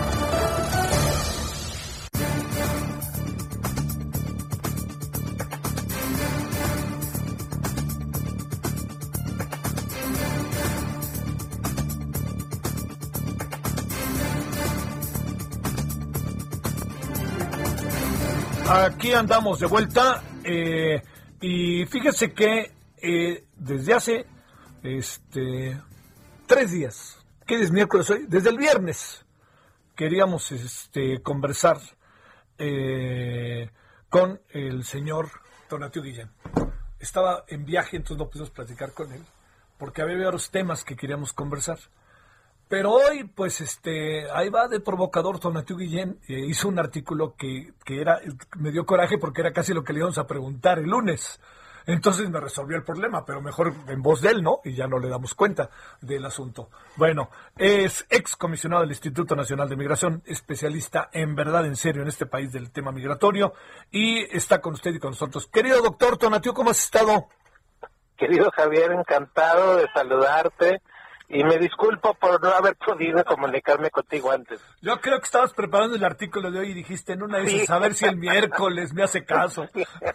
Aquí andamos de vuelta eh, y fíjese que eh, desde hace este tres días, ¿qué es miércoles hoy? Desde el viernes queríamos este conversar eh, con el señor Tonatiuh Guillén. Estaba en viaje, entonces no pudimos platicar con él porque había varios temas que queríamos conversar. Pero hoy, pues, este, ahí va de provocador Tonatiuh Guillén, eh, hizo un artículo que, que era, me dio coraje porque era casi lo que le íbamos a preguntar el lunes. Entonces me resolvió el problema, pero mejor en voz de él, ¿no? Y ya no le damos cuenta del asunto. Bueno, es ex comisionado del Instituto Nacional de Migración, especialista en verdad, en serio, en este país del tema migratorio, y está con usted y con nosotros. Querido doctor Tonatiuh, ¿cómo has estado? Querido Javier, encantado de saludarte. Y me disculpo por no haber podido comunicarme contigo antes. Yo creo que estabas preparando el artículo de hoy y dijiste en una de esas, sí, a ver si el miércoles me hace caso.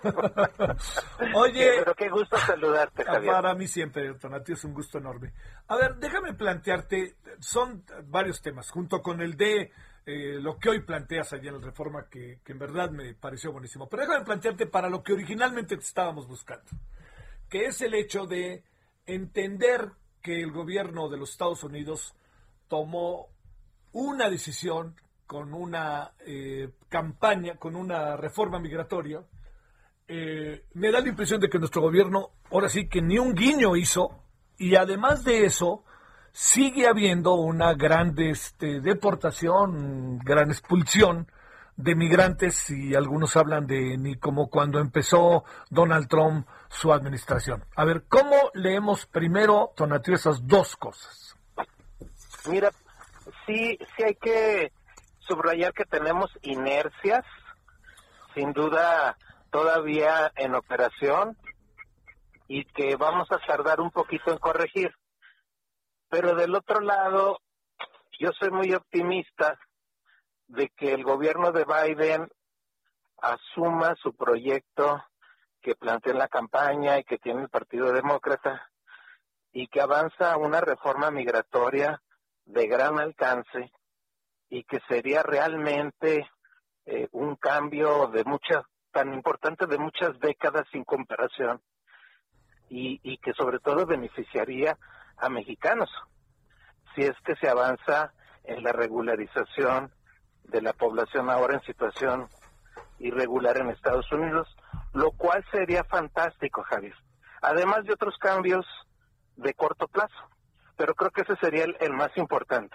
Oye, sí, pero qué gusto saludarte, Javier. Para mí siempre, Tonatiuh, es un gusto enorme. A ver, déjame plantearte, son varios temas, junto con el de eh, lo que hoy planteas allá en la Reforma, que, que en verdad me pareció buenísimo. Pero déjame plantearte para lo que originalmente estábamos buscando, que es el hecho de entender que el gobierno de los Estados Unidos tomó una decisión con una eh, campaña, con una reforma migratoria. Eh, me da la impresión de que nuestro gobierno ahora sí que ni un guiño hizo, y además de eso sigue habiendo una gran este, deportación, gran expulsión de migrantes, y algunos hablan de ni como cuando empezó Donald Trump su administración. A ver, ¿cómo leemos primero, Tonatiuh, esas dos cosas? Mira, sí, sí hay que subrayar que tenemos inercias, sin duda todavía en operación, y que vamos a tardar un poquito en corregir. Pero del otro lado, yo soy muy optimista de que el gobierno de Biden asuma su proyecto que plantea en la campaña y que tiene el Partido Demócrata, y que avanza una reforma migratoria de gran alcance y que sería realmente eh, un cambio de muchas, tan importante de muchas décadas sin comparación, y, y que sobre todo beneficiaría a mexicanos, si es que se avanza en la regularización de la población ahora en situación irregular en Estados Unidos, lo cual sería fantástico, Javier. Además de otros cambios de corto plazo, pero creo que ese sería el, el más importante.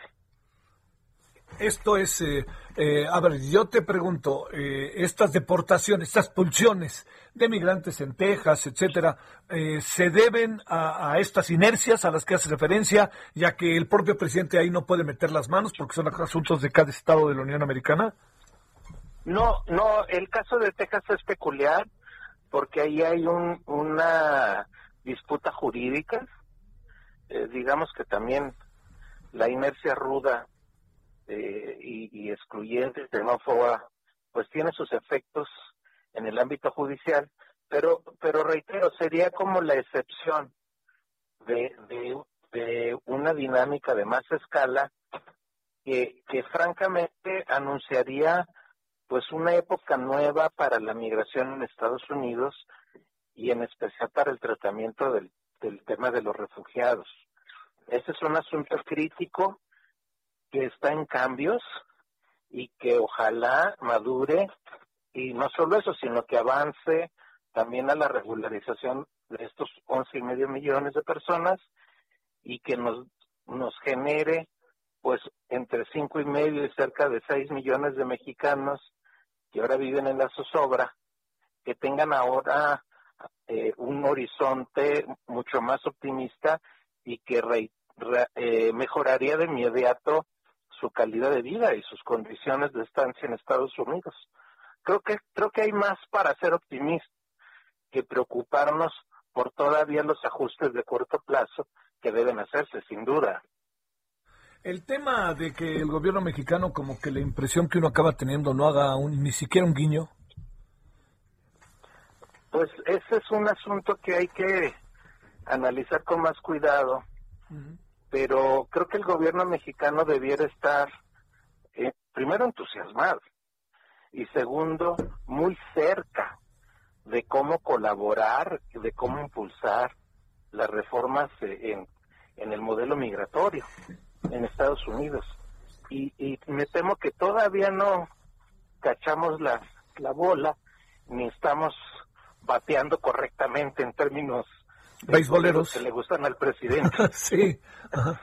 Esto es, eh, eh, a ver, yo te pregunto, eh, estas deportaciones, estas expulsiones de migrantes en Texas, etcétera, eh, ¿se deben a, a estas inercias a las que hace referencia, ya que el propio presidente ahí no puede meter las manos porque son asuntos de cada estado de la Unión Americana? No, no, el caso de Texas es peculiar porque ahí hay un, una disputa jurídica, eh, digamos que también la inercia ruda eh, y, y excluyente, xenófoba, pues tiene sus efectos en el ámbito judicial, pero pero reitero, sería como la excepción de, de, de una dinámica de más escala que, que francamente anunciaría pues una época nueva para la migración en Estados Unidos y en especial para el tratamiento del, del tema de los refugiados. Ese es un asunto crítico que está en cambios y que ojalá madure, y no solo eso, sino que avance también a la regularización de estos once y medio millones de personas y que nos, nos genere pues entre cinco y medio y cerca de seis millones de mexicanos que ahora viven en la zozobra, que tengan ahora eh, un horizonte mucho más optimista y que re, re, eh, mejoraría de inmediato su calidad de vida y sus condiciones de estancia en Estados Unidos. Creo que creo que hay más para ser optimistas que preocuparnos por todavía los ajustes de corto plazo que deben hacerse, sin duda. El tema de que el gobierno mexicano, como que la impresión que uno acaba teniendo, no haga un, ni siquiera un guiño. Pues ese es un asunto que hay que analizar con más cuidado, uh-huh. Pero creo que el gobierno mexicano debiera estar, eh, primero, entusiasmado, y segundo, muy cerca de cómo colaborar, de cómo impulsar las reformas en, en el modelo migratorio en Estados Unidos, y, y me temo que todavía no cachamos la, la bola, ni estamos bateando correctamente en términos beisboleros que le gustan al presidente. Sí. Ajá.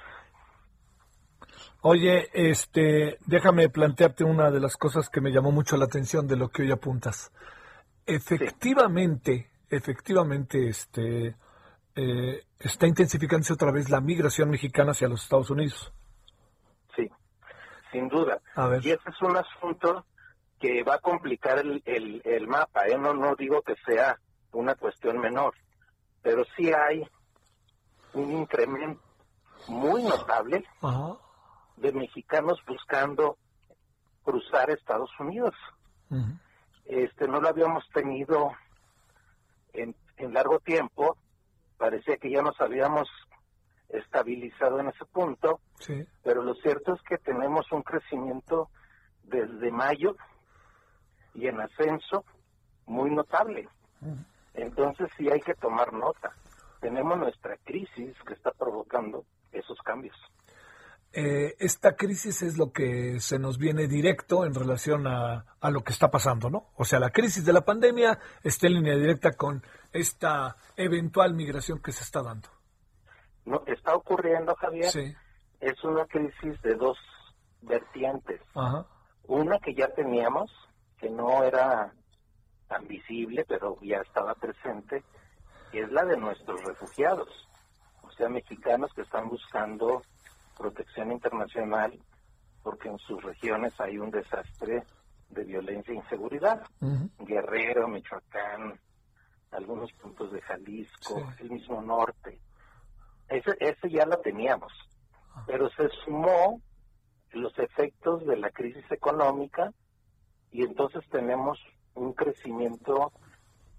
Oye, este, déjame plantearte una de las cosas que me llamó mucho la atención de lo que hoy apuntas. Efectivamente, sí. efectivamente, este... Eh, está intensificándose otra vez la migración mexicana hacia los Estados Unidos. Sí, sin duda. A ver. Y ese es un asunto que va a complicar el, el, el mapa. ¿eh? No, no digo que sea una cuestión menor, pero sí hay un incremento muy notable Ajá. de mexicanos buscando cruzar Estados Unidos. Uh-huh. Este, no lo habíamos tenido en, en largo tiempo. Parecía que ya nos habíamos estabilizado en ese punto, sí. Pero lo cierto es que tenemos un crecimiento desde mayo y en ascenso muy notable. Uh-huh. Entonces sí hay que tomar nota. Tenemos nuestra crisis que está provocando esos cambios. Eh, esta crisis es lo que se nos viene directo en relación a, a lo que está pasando, ¿no? O sea, la crisis de la pandemia está en línea directa con esta eventual migración que se está dando. No, está ocurriendo, Javier. Sí. Es una crisis de dos vertientes. Ajá. Una que ya teníamos, que no era tan visible, pero ya estaba presente, que es la de nuestros refugiados. O sea, mexicanos que están buscando protección internacional porque en sus regiones hay un desastre de violencia e inseguridad. Uh-huh. Guerrero, Michoacán, algunos puntos de Jalisco, sí. El mismo norte. Ese, ese ya lo teníamos, uh-huh. Pero se sumó los efectos de la crisis económica y entonces tenemos un crecimiento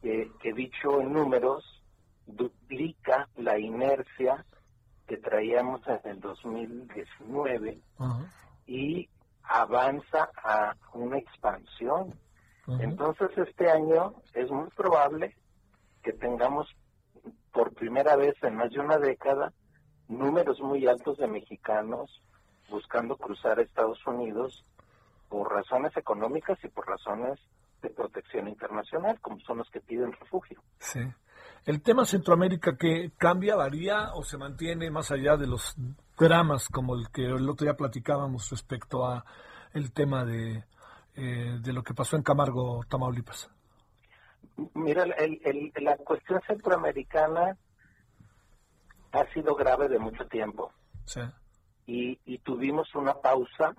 que, que dicho en números duplica la inercia que traíamos en el dos mil diecinueve uh-huh. y avanza a una expansión. Uh-huh. Entonces este año es muy probable que tengamos por primera vez en más de una década números muy altos de mexicanos buscando cruzar a Estados Unidos por razones económicas y por razones de protección internacional, como son los que piden refugio. Sí. ¿El tema Centroamérica que cambia, varía o se mantiene más allá de los dramas como el que el otro día platicábamos respecto a el tema de, eh, de lo que pasó en Camargo, Tamaulipas? Mira, el, el, la cuestión centroamericana ha sido grave de mucho tiempo. Sí. Y, y tuvimos una pausa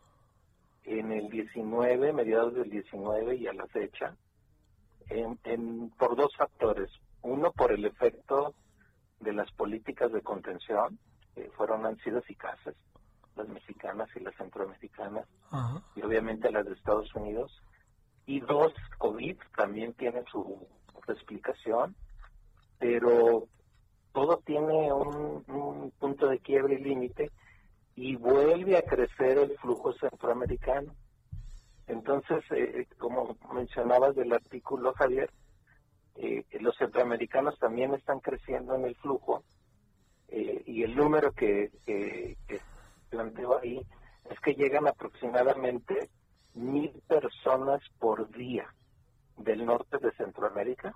en el diecinueve, mediados del diecinueve y a la fecha, en, en, por dos factores. Uno, por el efecto de las políticas de contención, que fueron, han sido eficaces, las mexicanas y las centroamericanas, uh-huh. y obviamente las de Estados Unidos. Y dos, COVID también tiene su, su explicación, pero todo tiene un, un punto de quiebre y límite, y vuelve a crecer el flujo centroamericano. Entonces, eh, como mencionabas del artículo, Javier, eh, los centroamericanos también están creciendo en el flujo, eh, y el número que, que, que planteo ahí es que llegan aproximadamente mil personas por día del norte de Centroamérica,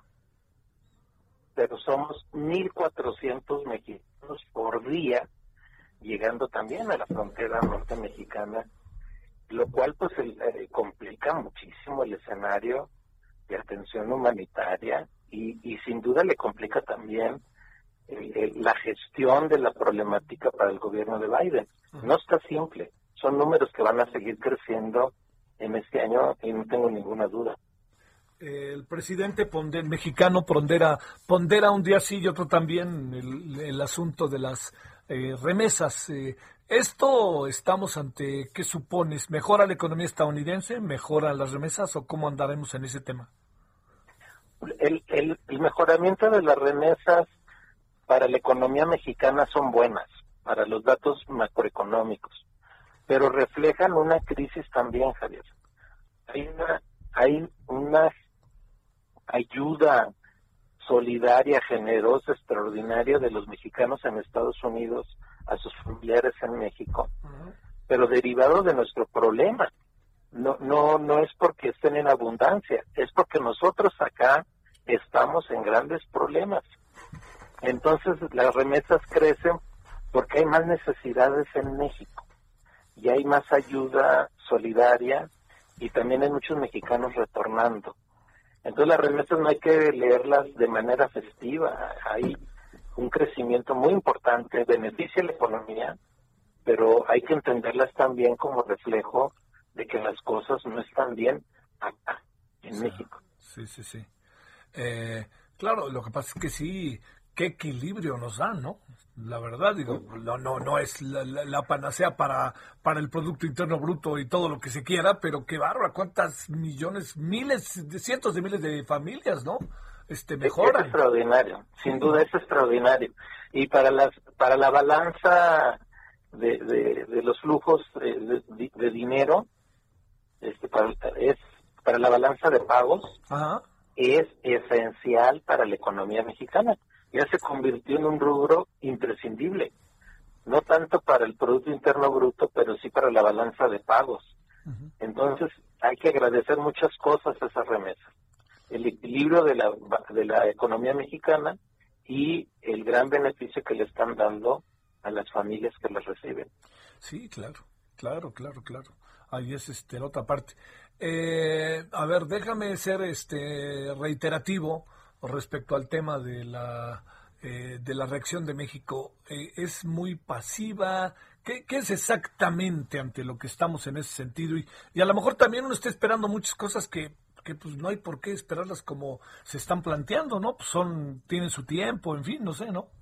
pero somos mil cuatrocientos mexicanos por día llegando también a la frontera norte mexicana, lo cual pues el, eh, complica muchísimo el escenario de atención humanitaria y, y sin duda le complica también el, el, la gestión de la problemática para el gobierno de Biden. No está simple, son números que van a seguir creciendo en este año y no tengo ninguna duda. El presidente ponder, mexicano pondera, pondera un día sí y otro también el, el asunto de las eh, remesas. Eh, ¿Esto estamos ante, qué supones? ¿Mejora la economía estadounidense? ¿Mejora las remesas? ¿O cómo andaremos en ese tema? El, el, el mejoramiento de las remesas para la economía mexicana son buenas, para los datos macroeconómicos, pero reflejan una crisis también, Javier. Hay una, hay una ayuda solidaria, generosa, extraordinaria de los mexicanos en Estados Unidos a sus familiares en México, uh-huh. pero derivado de nuestro problema. No, no, no es porque estén en abundancia, es porque nosotros acá estamos en grandes problemas. Entonces las remesas crecen porque hay más necesidades en México y hay más ayuda solidaria y también hay muchos mexicanos retornando. Entonces las remesas no hay que leerlas de manera festiva, hay un crecimiento muy importante, beneficia la economía, pero hay que entenderlas también como reflejo de que las cosas no están bien acá, en sí, México. Sí, sí, sí. Eh, claro, lo que pasa es que sí, qué equilibrio nos dan, ¿no? La verdad, digo, no no no es la, la, la panacea para para el Producto Interno Bruto y todo lo que se quiera, pero qué bárbaro, cuántas millones, miles, de cientos de miles de familias, ¿no? Este mejoran. Es extraordinario, sin duda es extraordinario. Y para las para la balanza de, de, de los flujos de, de, de dinero, este para, es para la balanza de pagos, ajá, es esencial para la economía mexicana. Ya se convirtió en un rubro imprescindible, no tanto para el Producto Interno Bruto, pero sí para la balanza de pagos. Uh-huh. Entonces hay que agradecer muchas cosas a esas remesas. El equilibrio de la, de la economía mexicana y el gran beneficio que le están dando a las familias que las reciben. Sí, claro, claro, claro, claro. Ahí es este, la otra parte. Eh, a ver, déjame ser este reiterativo respecto al tema de la eh, de la reacción de México. Eh, ¿Es muy pasiva? ¿Qué, ¿Qué es exactamente ante lo que estamos en ese sentido? Y, y a lo mejor también uno está esperando muchas cosas que, que pues no hay por qué esperarlas como se están planteando, ¿no? Pues son, tienen su tiempo, en fin, no sé, ¿no?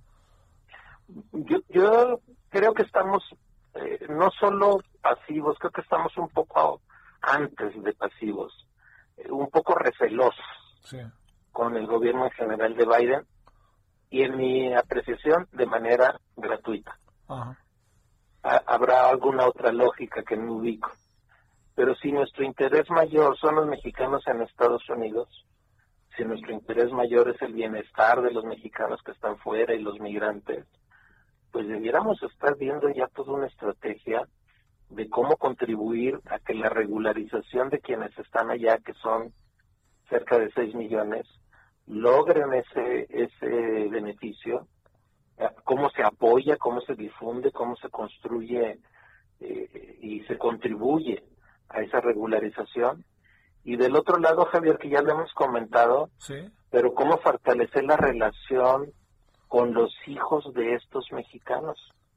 Yo, yo creo que estamos eh, no solo pasivos, creo que estamos un poco antes de pasivos, eh, un poco recelosos. Sí. con el gobierno en general de Biden y en mi apreciación de manera gratuita. Ajá. Ha- habrá alguna otra lógica que no ubico. Pero si nuestro interés mayor son los mexicanos en Estados Unidos, si nuestro interés mayor es el bienestar de los mexicanos que están fuera y los migrantes, pues debiéramos estar viendo ya toda una estrategia de cómo contribuir a que la regularización de quienes están allá, que son cerca de seis millones, logren ese ese beneficio, cómo se apoya, cómo se difunde, cómo se construye eh, y se contribuye a esa regularización. Y del otro lado, Javier, que ya lo hemos comentado, Sí. pero cómo fortalecer la relación con los hijos de estos mexicanos.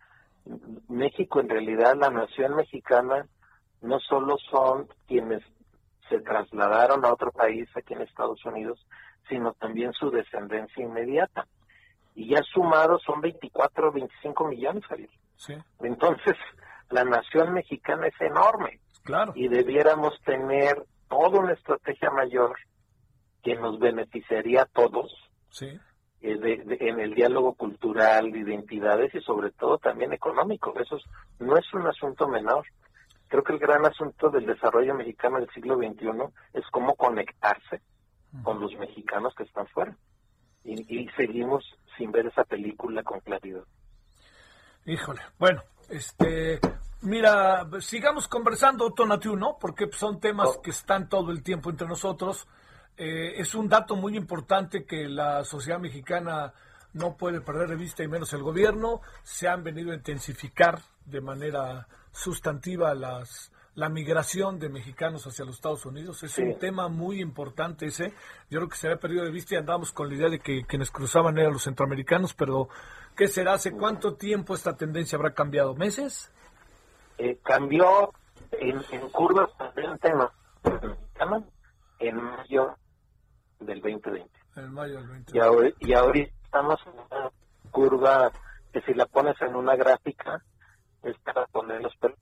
México, en realidad, la nación mexicana, no solo son quienes se trasladaron a otro país, aquí en Estados Unidos, sino también su descendencia inmediata. Y ya sumados son veinticuatro, veinticinco millones, Javier. Sí. Entonces, la nación mexicana es enorme. Claro. Y debiéramos tener toda una estrategia mayor que nos beneficiaría a todos, Sí. eh, de, de, en el diálogo cultural, de identidades y sobre todo también económico. Eso es- no es un asunto menor. Creo que el gran asunto del desarrollo mexicano del siglo veintiuno es cómo conectarse con los mexicanos que están fuera. Y, y seguimos sin ver esa película con claridad. Híjole, bueno, este, mira, sigamos conversando, Tonatiuh, ¿no? Porque son temas Oh. que están todo el tiempo entre nosotros. Eh, es un dato muy importante que la sociedad mexicana no puede perder de vista, y menos el gobierno. Se han venido a intensificar de manera sustantiva las la migración de mexicanos hacia los Estados Unidos. Es Sí. un tema muy importante ese. Yo creo que se había perdido de vista y andábamos con la idea de que quienes cruzaban eran los centroamericanos, pero ¿qué será? ¿Hace cuánto tiempo esta tendencia habrá cambiado? ¿Meses? Eh, cambió en, en curvas ascendentes ¿no? en mayo del veinte veinte. En mayo del veinte. Y ahora, y ahorita estamos en una curva que si la pones en una gráfica es para poner los pelos.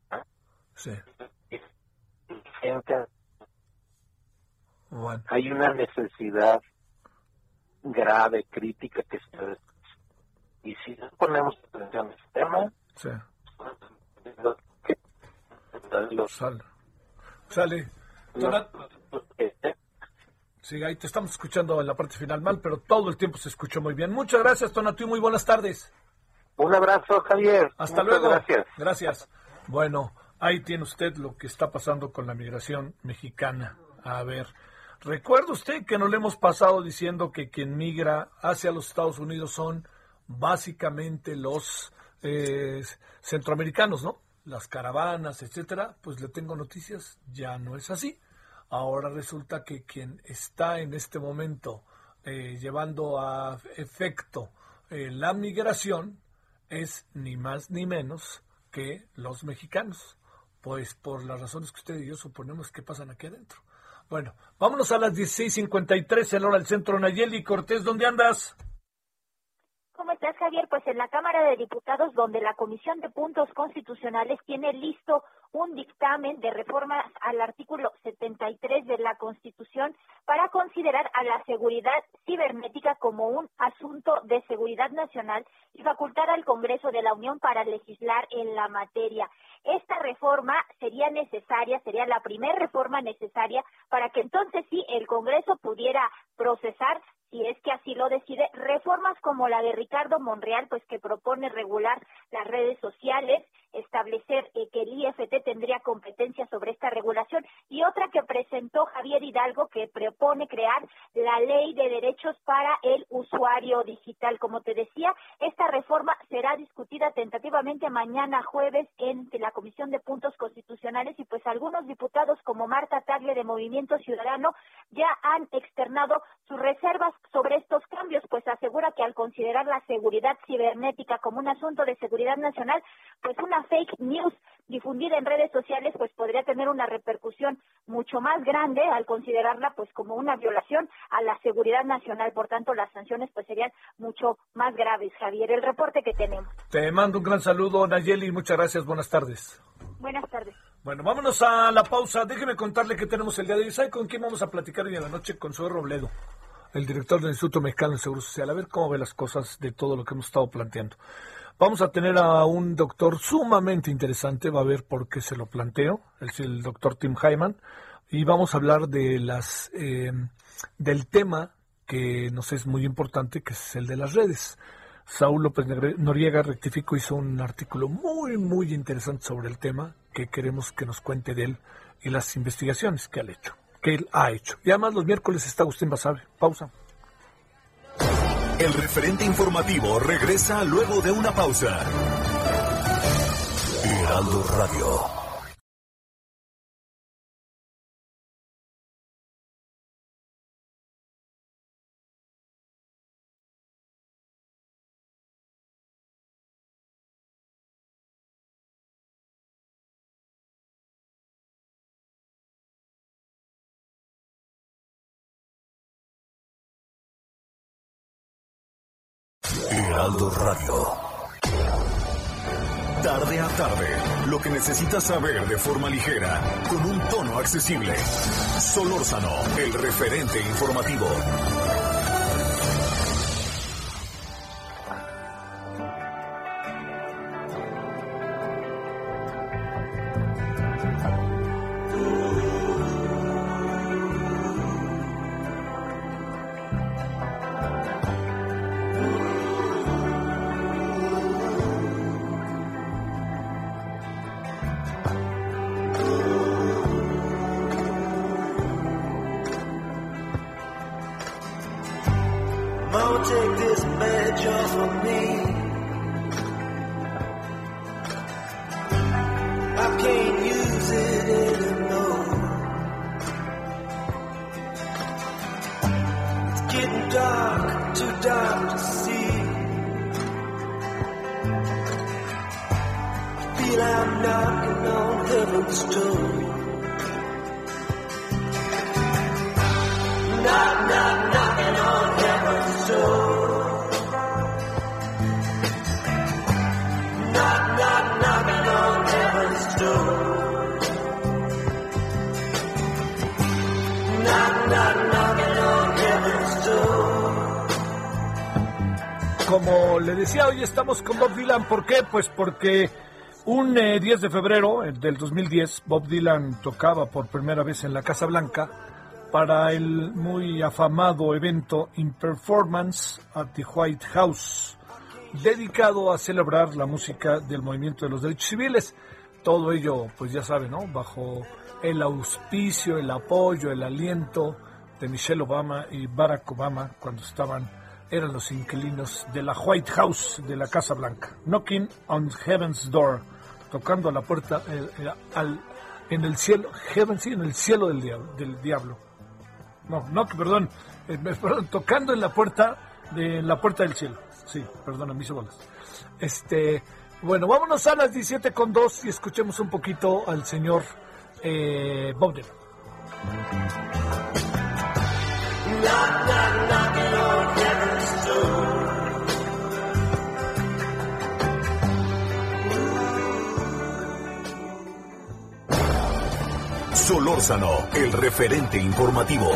Sí. Gente, Bueno. hay una necesidad grave, crítica que se... Y si no ponemos atención a este tema, Sí. los... Sale. Sale. Donat- Sí, ahí te estamos escuchando en la parte final mal, pero todo el tiempo se escuchó muy bien. Muchas gracias, Tonatiuh. Muy buenas tardes. Un abrazo, Javier. Hasta Muchas luego. Gracias. Gracias. Bueno, ahí tiene usted lo que está pasando con la migración mexicana. A ver, recuerda usted que nos le hemos pasado diciendo que quien migra hacia los Estados Unidos son básicamente los eh, centroamericanos, ¿no? Las caravanas, etcétera. Pues le tengo noticias, ya no es así. Ahora resulta que quien está en este momento eh, llevando a efecto eh, la migración es ni más ni menos que los mexicanos, pues por las razones que usted y yo suponemos que pasan aquí adentro. Bueno, vámonos a las dieciséis cincuenta y tres en la hora del centro. Nayeli Cortés, ¿dónde andas? ¿Cómo estás, Javier? Pues en la Cámara de Diputados, donde la Comisión de Puntos Constitucionales tiene listo un dictamen de reformas al artículo setenta y tres de la Constitución para considerar a la seguridad cibernética como un asunto de seguridad nacional y facultar al Congreso de la Unión para legislar en la materia. Esta reforma sería necesaria, sería la primera reforma necesaria para que entonces sí el Congreso pudiera procesar, si es que así lo decide, reformas como la de Ricardo Monreal, pues que propone regular las redes sociales, establecer eh, que el I F T tendría competencia sobre esta regulación, y otra que presentó Javier Hidalgo, que propone crear la ley de derechos para el usuario digital. Como te decía, esta reforma será discutida tentativamente mañana jueves en la Comisión de Puntos Constitucionales, y pues algunos diputados como Marta Tagle de Movimiento Ciudadano ya han externado sus reservas sobre estos cambios, pues asegura que al considerar la seguridad cibernética como un asunto de seguridad nacional, pues una fake news difundida en redes sociales pues podría tener una repercusión mucho más grande al considerarla pues como una violación a la seguridad nacional. Por tanto, las sanciones pues serían mucho más graves. Javier, el reporte que tenemos. Te mando un gran saludo, Nayeli, muchas gracias, buenas tardes. Buenas tardes. Bueno, vámonos a la pausa. Déjeme contarle que tenemos el día de hoy. ¿Sabe con quién vamos a platicar hoy en la noche? Con Zoe Robledo. el director del Instituto Mexicano del Seguro Social, a ver cómo ve las cosas de todo lo que hemos estado planteando. Vamos a tener a un doctor sumamente interesante, va a ver por qué se lo planteo, es el doctor Tim Hyman, y vamos a hablar de las eh, del tema que nos es muy importante, que es el de las redes. Saúl López Noriega, rectifico, hizo un artículo muy, muy interesante sobre el tema, que queremos que nos cuente de él y las investigaciones que él ha hecho. Que él ha hecho. Y además los miércoles está Agustín Basabe. Pausa. El referente informativo regresa luego de una pausa. Heraldo Radio. Heraldo Radio. Tarde a tarde, lo que necesitas saber de forma ligera, con un tono accesible. Solórzano, el referente informativo. Como le decía, hoy estamos con Bob Dylan. ¿Por qué? Pues porque un eh, diez de febrero del dos mil diez, Bob Dylan tocaba por primera vez en la Casa Blanca para el muy afamado evento In Performance at the White House, dedicado a celebrar la música del movimiento de los derechos civiles. Todo ello, pues ya saben, ¿no? Bajo el auspicio, el apoyo, el aliento de Michelle Obama y Barack Obama cuando estaban, eran los inquilinos de la White House, de la Casa Blanca. Knocking on Heaven's Door, tocando a la puerta eh, eh, al, en el cielo, heaven, sí, en el cielo del diablo. Del diablo. No, no, perdón, eh, perdón, tocando en la puerta de la puerta del cielo. Sí, perdón, mis bolas. Este, bueno, vámonos a las diecisiete con dos y escuchemos un poquito al señor eh, Bob Dylan. Knock, knock, knocking on heaven's door. Solórzano, el referente informativo.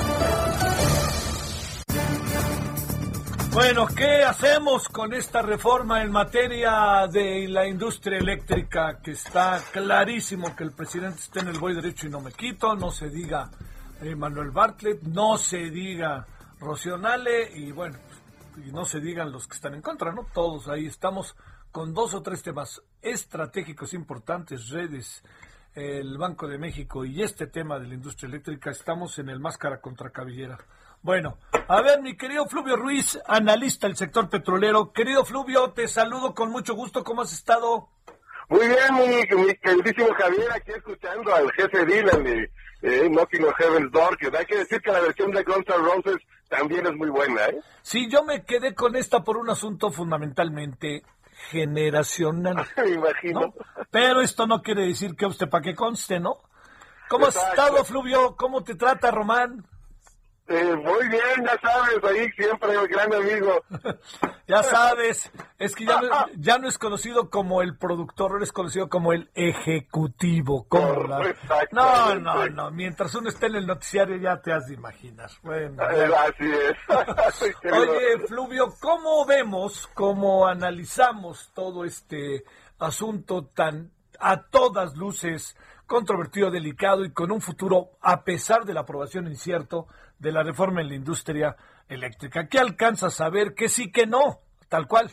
Bueno, ¿qué hacemos con esta reforma en materia de la industria eléctrica? Que está clarísimo que el presidente está en el voy derecho y no me quito, no se diga eh, Manuel Bartlett, no se diga Rocío Nale y bueno, y no se digan los que están en contra, ¿no? Todos ahí estamos con dos o tres temas estratégicos importantes, redes, el Banco de México y este tema de la industria eléctrica. Estamos en el máscara contra cabellera. Bueno, a ver, mi querido Fluvio Ruiz, analista del sector petrolero. Querido Fluvio, te saludo con mucho gusto. ¿Cómo has estado? Muy bien, mi, mi queridísimo Javier, aquí escuchando al jefe Dylan de eh, Knocking on Heaven's Door, que hay que decir que la versión de Guns N' Roses también es muy buena, ¿eh? Sí, yo me quedé con esta por un asunto fundamentalmente generacional. Me imagino. ¿No? Pero esto no quiere decir que usted para que conste, ¿no? ¿Cómo Exacto. has estado, Fluvio? ¿Cómo te trata, Román? Eh, muy bien, ya sabes, ahí siempre el gran amigo. Ya sabes, es que ya no, ya no es conocido como el productor, eres conocido como el ejecutivo. ¿Cómo la... No, no, no, mientras uno esté en el noticiario ya te has de imaginar. Bueno, eh, así es. Oye, Fluvio, ¿cómo vemos, cómo analizamos todo este asunto tan a todas luces controvertido, delicado y con un futuro, a pesar de la aprobación incierto de la reforma en la industria eléctrica? ¿Qué alcanzas a ver? ¿Qué sí, que no? Tal cual.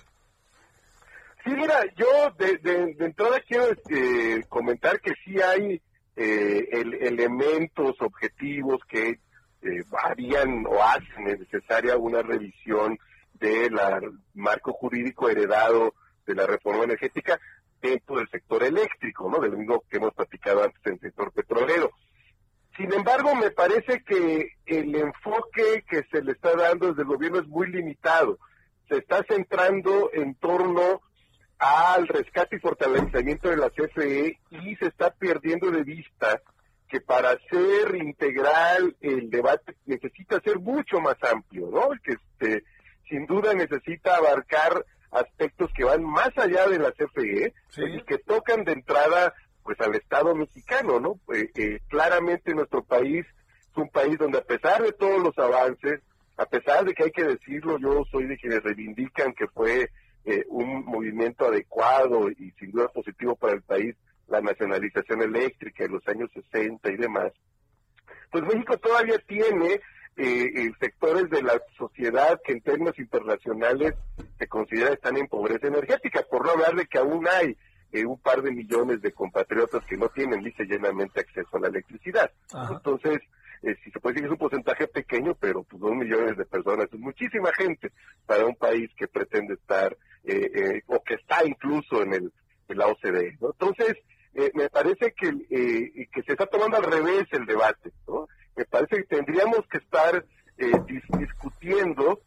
Sí, mira, yo de, de, de entrada quiero este, comentar que sí hay eh, el, elementos objetivos que eh, harían o hacen necesaria una revisión del marco jurídico heredado de la reforma energética dentro del sector eléctrico, ¿no? De lo mismo que hemos platicado antes en el sector petrolero. Sin embargo, me parece que el enfoque que se le está dando desde el gobierno es muy limitado. Se está centrando en torno al rescate y fortalecimiento de la C F E y se está perdiendo de vista que para ser integral el debate necesita ser mucho más amplio, ¿no? Que este, sin duda necesita abarcar aspectos que van más allá de la C F E, ¿sí? Y que tocan de entrada pues al Estado mexicano, ¿no? Eh, eh, claramente nuestro país es un país donde a pesar de todos los avances, a pesar de que hay que decirlo, yo soy de quienes reivindican que fue eh, un movimiento adecuado y sin duda positivo para el país, la nacionalización eléctrica en los años sesenta y demás, pues México todavía tiene eh, sectores de la sociedad que en términos internacionales se considera están en pobreza energética, por no hablar de que aún hay eh, un par de millones de compatriotas que no tienen lisa y llanamente acceso a la electricidad. Ajá. Entonces, eh, si se puede decir que es un porcentaje pequeño, pero pues dos millones de personas es muchísima gente para un país que pretende estar, eh, eh, o que está incluso en el en la O C D E, ¿no? Entonces, eh, me parece que, eh, que se está tomando al revés el debate, ¿no? Me parece que tendríamos que estar eh, dis- discutiendo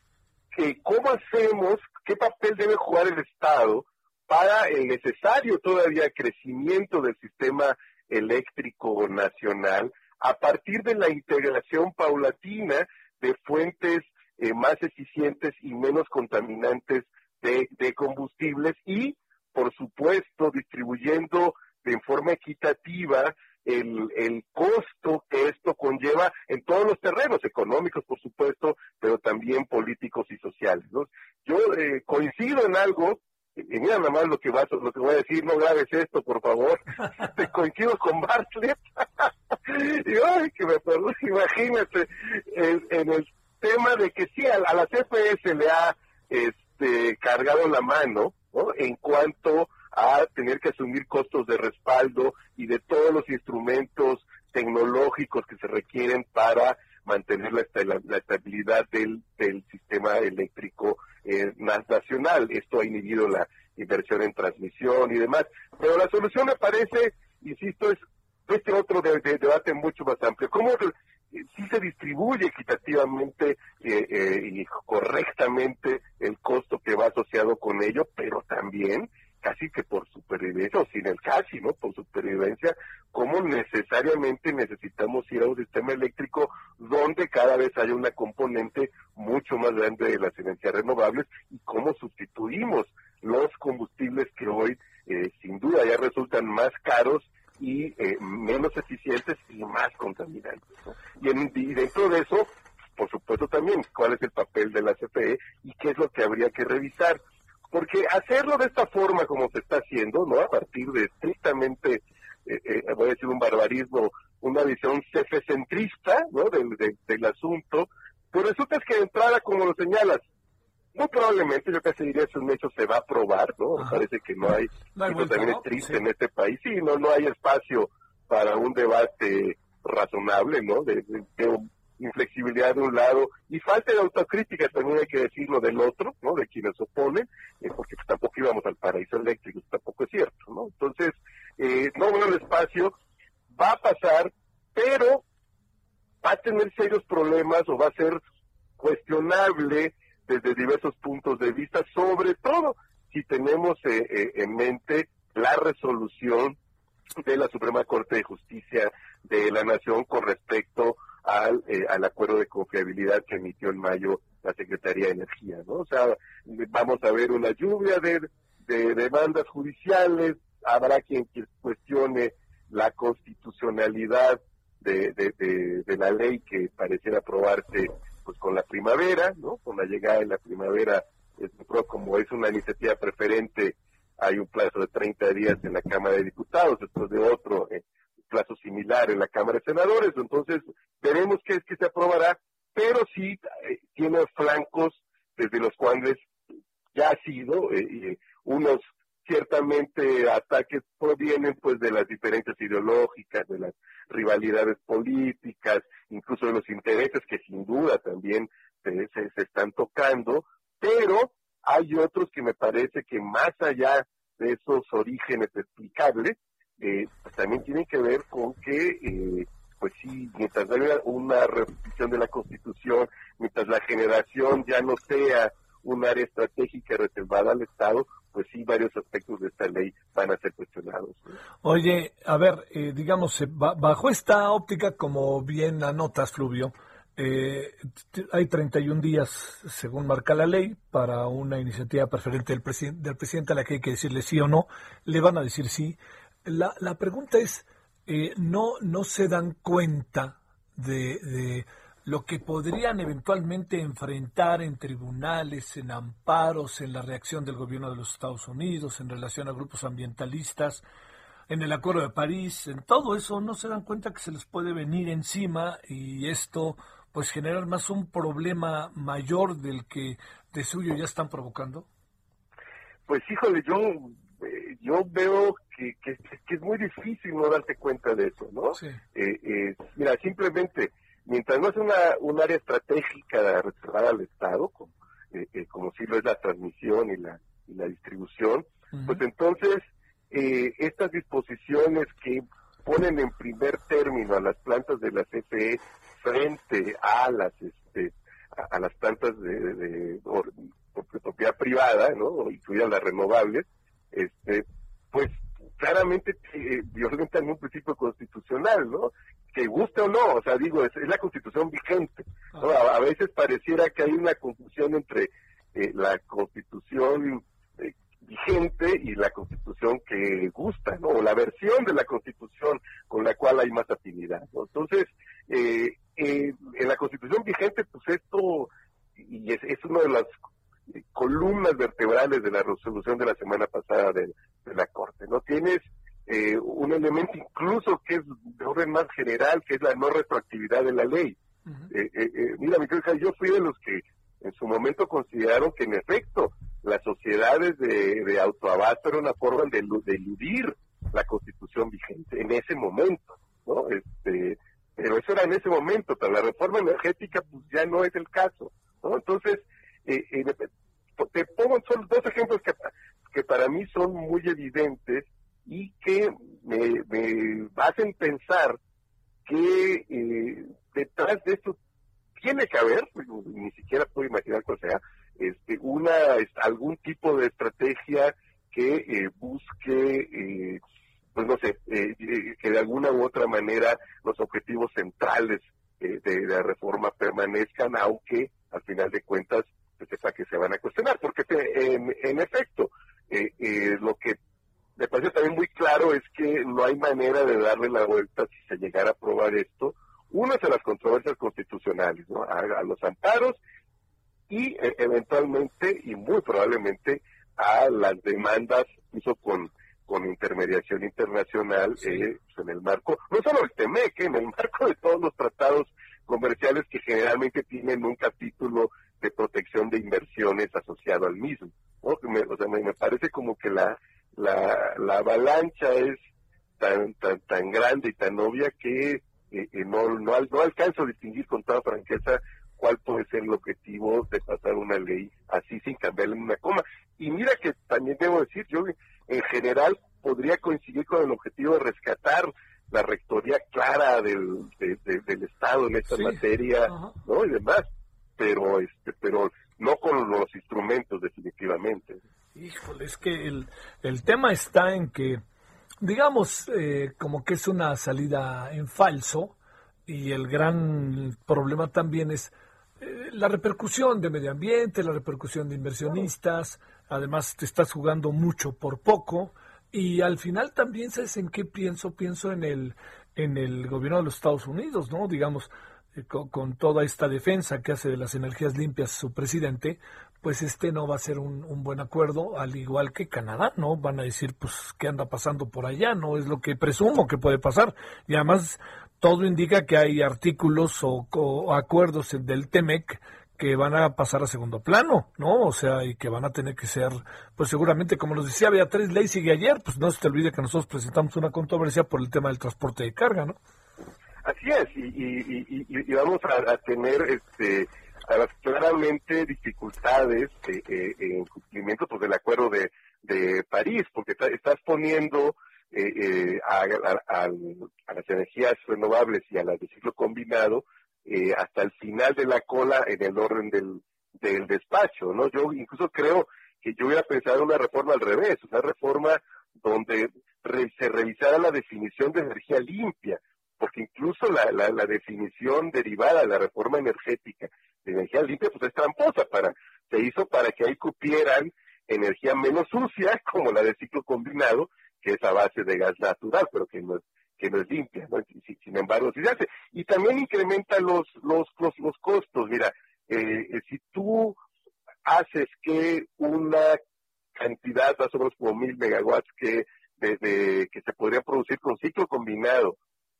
que cómo hacemos, qué papel debe jugar el Estado para el necesario todavía crecimiento del sistema eléctrico nacional a partir de la integración paulatina de fuentes eh, más eficientes y menos contaminantes de, de combustibles y, por supuesto, distribuyendo de forma equitativa el, el costo que esto conlleva en todos los terrenos, económicos, por supuesto, pero también políticos y sociales, ¿no? Yo eh, coincido en algo, y mira nada más lo que, va, lo que voy a decir, no grabes esto, por favor, te coincido con Bartlett, y ay, que me perdón, imagínate, en, en el tema de que sí, a, a la C F E se le ha este, cargado la mano, ¿no? En cuanto a tener que asumir costos de respaldo y de todos los instrumentos tecnológicos que se requieren para mantener la, la, la estabilidad del, del sistema eléctrico eh, nacional. Esto ha inhibido la inversión en transmisión y demás. Pero la solución me parece, insisto, es este otro de, de, debate mucho más amplio. ¿Cómo eh, si se distribuye equitativamente eh, eh, y correctamente el costo que va asociado con ello, pero también casi que por supervivencia, o sin el casi, ¿no? Por supervivencia, cómo necesariamente necesitamos ir a un sistema eléctrico donde cada vez haya una componente mucho más grande de las energías renovables y cómo sustituimos los combustibles que hoy eh, sin duda ya resultan más caros y eh, menos eficientes y más contaminantes, ¿no? Y, en, y dentro de eso, por supuesto también, cuál es el papel de la C F E y qué es lo que habría que revisar. Porque hacerlo de esta forma como se está haciendo, ¿no? A partir de estrictamente, eh, eh, voy a decir un barbarismo, una visión C F E-centrista, ¿no? Del, de, del asunto, pues resulta es que de entrada, como lo señalas, muy probablemente, yo casi diría, es un hecho, se va a aprobar, ¿no? Me parece que no hay, no hay esto vuelta, también ¿no? es triste Sí. en este país, sí, no, no hay espacio para un debate razonable, ¿no? De, de, de inflexibilidad de un lado y falta de autocrítica, también hay que decirlo, del otro, ¿no? De quienes se oponen, eh, porque pues, tampoco íbamos al paraíso eléctrico, tampoco es cierto, ¿no? Entonces, eh, no veo el espacio, va a pasar, pero va a tener serios problemas o va a ser cuestionable desde diversos puntos de vista, sobre todo si tenemos eh, eh, en mente la resolución de la Suprema Corte de Justicia de la Nación con respecto al, eh, al acuerdo de confiabilidad que emitió en mayo la Secretaría de Energía, ¿no? O sea, vamos a ver una lluvia de, de demandas judiciales, habrá quien cuestione la constitucionalidad de, de, de, de la ley que pareciera aprobarse pues con la primavera, ¿no? Con la llegada de la primavera, es, como es una iniciativa preferente, hay un plazo de treinta días en la Cámara de Diputados, después de otro eh, plazo similar en la Cámara de Senadores, entonces veremos qué es que se aprobará, pero sí eh, tiene flancos desde los cuales ya ha sido, eh, unos ciertamente ataques provienen pues de las diferencias ideológicas, de las rivalidades políticas, incluso de los intereses que sin duda también se, se, se están tocando, pero hay otros que me parece que más allá de esos orígenes explicables, eh, pues también tienen que ver con que, eh, pues sí, mientras haya una revisión de la Constitución, mientras la generación ya no sea un área estratégica reservada al Estado, pues sí, varios aspectos de esta ley van a ser cuestionados. Oye, a ver, eh, digamos, bajo esta óptica, como bien anotas, Fluvio, eh, hay treinta y un días, según marca la ley, para una iniciativa preferente del, presi- del presidente a la que hay que decirle sí o no. Le van a decir sí. La, la pregunta es, eh, ¿no, no se dan cuenta de... de lo que podrían eventualmente enfrentar en tribunales, en amparos, en la reacción del gobierno de los Estados Unidos, en relación a grupos ambientalistas, en el Acuerdo de París, en todo eso? ¿No se dan cuenta que se les puede venir encima y esto pues generar más un problema mayor del que de suyo ya están provocando? Pues híjole, yo eh, yo veo que, que, que es muy difícil no darse cuenta de eso, ¿no? Sí. Eh, eh, mira, simplemente... Mientras no es una, un área estratégica reservada al Estado, como, eh, eh, como sí lo es la transmisión y la, y la distribución, uh-huh. pues entonces eh, estas disposiciones que ponen en primer término a las plantas de la C F E frente a las este, a, a las plantas de, de, de, de, de propiedad privada, ¿no? Incluidas las renovables, este, pues claramente eh, violentan un principio constitucional, ¿no? Que guste o no, o sea, digo, es, es la Constitución vigente, ¿no? A, a veces pareciera que hay una confusión entre eh, la Constitución eh, vigente y la Constitución que gusta, ¿no? O la versión de la Constitución con la cual hay más afinidad, ¿no? Entonces, eh, eh, en la Constitución vigente, pues esto, y es, es una de las columnas vertebrales de la resolución de la semana pasada de, de la Corte, ¿no? Tienes eh, un elemento incluso que es de orden más general, que es la no retroactividad de la ley. Uh-huh. eh, eh, eh, mira, mi querida, yo fui de los que en su momento consideraron que en efecto las sociedades de, de autoabasto eran una forma de, de eludir la Constitución vigente en ese momento, ¿no? Este, pero eso era en ese momento, para la reforma energética pues ya no es el caso, ¿no? Entonces, eh, eh, te pongo solo dos ejemplos que, que para mí son muy evidentes y que me, me hacen pensar que eh, detrás de esto tiene que haber, ni siquiera puedo imaginar cuál sea, este, una, algún tipo de estrategia que eh, busque, eh, pues no sé, eh, que de alguna u otra manera los objetivos centrales eh, de la reforma permanezcan, aunque al final de cuentas se sepa que se van a cuestionar, porque en, en efecto, eh, eh, lo que me parece también muy claro es que no hay manera de darle la vuelta si se llegara a aprobar esto, uno es a las controversias constitucionales, ¿no? a, a los amparos y e, eventualmente y muy probablemente a las demandas, incluso con, con intermediación internacional, sí. eh, pues en el marco, no solo el TEMEC, en el marco de todos los tratados comerciales que generalmente tienen un capítulo de protección de inversiones asociado al mismo, ¿no? Me, o sea, me, me parece como que la, la, la avalancha es tan, tan, tan grande y tan obvia que eh, eh, no, no, no alcanzo a distinguir con toda franqueza cuál puede ser el objetivo de pasar una ley así sin cambiarle una coma. Y mira que también debo decir, yo en general podría coincidir con el objetivo de rescatar la rectoría clara del, de, de, del Estado en esta sí. materia, uh-huh. ¿no? Y demás, pero este, pero no con los instrumentos definitivamente. Híjole, es que el, el tema está en que, digamos, eh, como que es una salida en falso, y el gran problema también es eh, la repercusión de medio ambiente, la repercusión de inversionistas, además te estás jugando mucho por poco, y al final también, ¿sabes en qué pienso? Pienso en el, en el gobierno de los Estados Unidos, ¿no? Digamos, eh, con, con toda esta defensa que hace de las energías limpias su presidente, pues este no va a ser un, un buen acuerdo, al igual que Canadá, ¿no? Van a decir, pues, ¿qué anda pasando por allá? No es lo que presumo que puede pasar. Y además, todo indica que hay artículos o, o acuerdos del T M E C que van a pasar a segundo plano, ¿no? O sea, y que van a tener que ser, pues seguramente, como nos decía Beatriz Leisig ayer, pues no se te olvide que nosotros presentamos una controversia por el tema del transporte de carga, ¿no? Así es, y, y, y, y vamos a, a tener este claramente dificultades eh, eh, en cumplimiento pues, del acuerdo de, de París, porque está, estás poniendo eh, eh, a, a, a, a las energías renovables y a las de ciclo combinado eh, hasta el final de la cola en el orden del, del despacho, ¿no? Yo incluso creo que yo hubiera pensado una reforma al revés, una reforma donde re, se revisara la definición de energía limpia, porque incluso la, la, la definición derivada de la reforma energética de energía limpia pues es tramposa, para se hizo para que ahí cupieran energía menos sucia como la de ciclo combinado, que es a base de gas natural, pero que no es, que no es limpia, ¿no? Sin, sin embargo, sí se hace. Y también incrementa los los los, los costos. Mira, eh, si tú haces que una cantidad más o menos como mil megawatts que de, de, que se podría producir con ciclo combinado,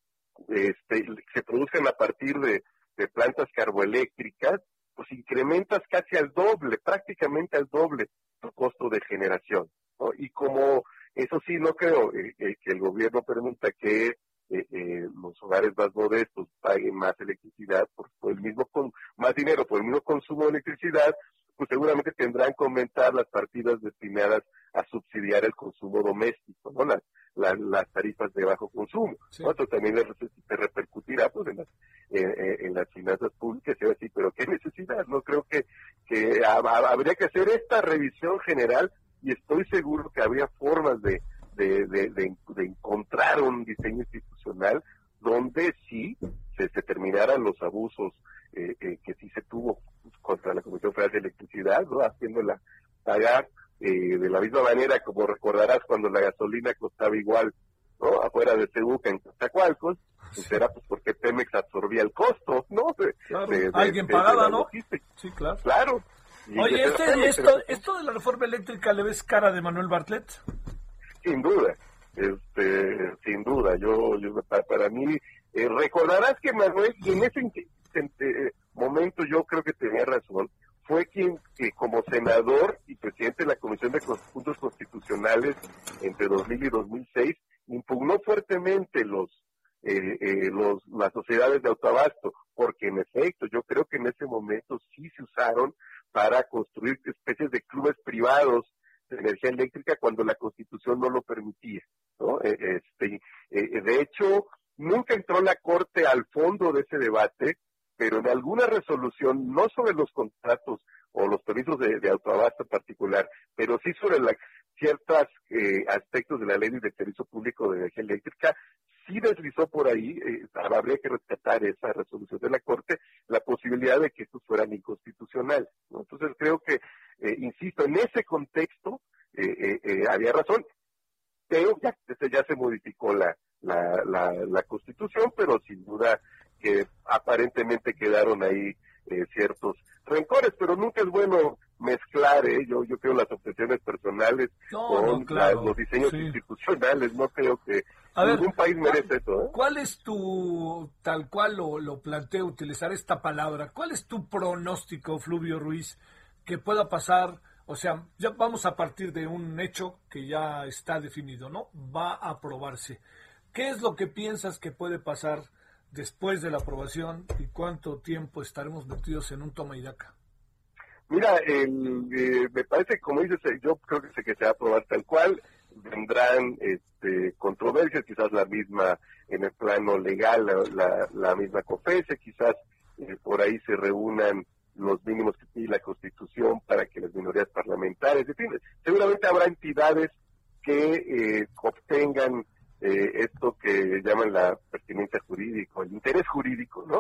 este, se produzcan a partir de, de plantas carboeléctricas, pues incrementas casi al doble, prácticamente al doble tu costo de generación, ¿no? Y como eso sí, no creo eh, eh, que el gobierno permita que eh, eh, los hogares más modestos paguen más electricidad por, por el mismo con, más dinero por el mismo consumo de electricidad, pues seguramente tendrán que aumentar las partidas destinadas a subsidiar el consumo doméstico, ¿no? Las, las, las tarifas de bajo consumo, sí. ¿No? Esto también se repercutirá pues en las, eh, en las finanzas públicas, y así, pero qué necesidad, no creo que, que a, a, habría que hacer esta revisión general, y estoy seguro que habría formas de, de, de, de, de encontrar un diseño institucional donde sí se, se terminaran los abusos eh, eh, que sí se tuvo contra la Comisión Federal de Electricidad, ¿no? Haciéndola pagar eh, de la misma manera como recordarás cuando la gasolina costaba igual, ¿no? Afuera de Tehuca, en Coatzacoalcos, pues era pues porque Pemex absorbía el costo, ¿no? De, claro. de, de, Alguien de, pagaba, de ¿no? Logística. Sí, claro. Claro. Oye, este, esto, esto de la reforma eléctrica, ¿le ves cara de Manuel Bartlett? Sin duda, este, sin duda. Yo, yo para, para mí, eh, recordarás que Manuel, y en ese eh, momento yo creo que tenía razón, fue quien, que como senador y presidente de la Comisión de Puntos Constitucionales entre dos mil y dos mil seis, impugnó fuertemente los, eh, eh, los las sociedades de autoabasto, porque en efecto, yo creo que en ese momento sí se usaron para construir especies de clubes privados de energía eléctrica cuando la Constitución no lo permitía, ¿no? Este, eh, de hecho, nunca entró la Corte al fondo de ese debate, pero en alguna resolución, no sobre los contratos o los permisos de, de autoabasto en particular, pero sí sobre la, ciertos eh, aspectos de la ley de servicio público de energía eléctrica, sí deslizó por ahí, eh, habría que rescatar esa resolución de la Corte, la posibilidad de que estos fueran inconstitucionales, ¿no? Entonces creo que, eh, insisto, en ese contexto eh, eh, eh, había razón, pero ya, ya se modificó la, la, la, la Constitución, pero sin duda que aparentemente quedaron ahí eh, ciertos rencores, pero nunca es bueno mezclar, ¿eh? yo yo creo las obsesiones personales no, con no, claro, la, los diseños sí. institucionales, no creo que A ningún ver, país merece ¿cuál, eso. ¿eh? ¿Cuál es tu, tal cual lo, lo planteo, utilizar esta palabra, cuál es tu pronóstico, Fluvio Ruiz, que pueda pasar? O sea, ya vamos a partir de un hecho que ya está definido, ¿no? Va a aprobarse. ¿Qué es lo que piensas que puede pasar después de la aprobación y cuánto tiempo estaremos metidos en un toma y daca? Mira, el, eh, me parece, como dices, yo creo que se, que se va a aprobar tal cual, vendrán este, controversias, quizás la misma, en el plano legal, la, la, la misma COFESE, quizás eh, por ahí se reúnan los mínimos que pide la Constitución para que las minorías parlamentarias, en fin, seguramente habrá entidades que eh, obtengan Eh, esto que llaman la pertinencia jurídica, el interés jurídico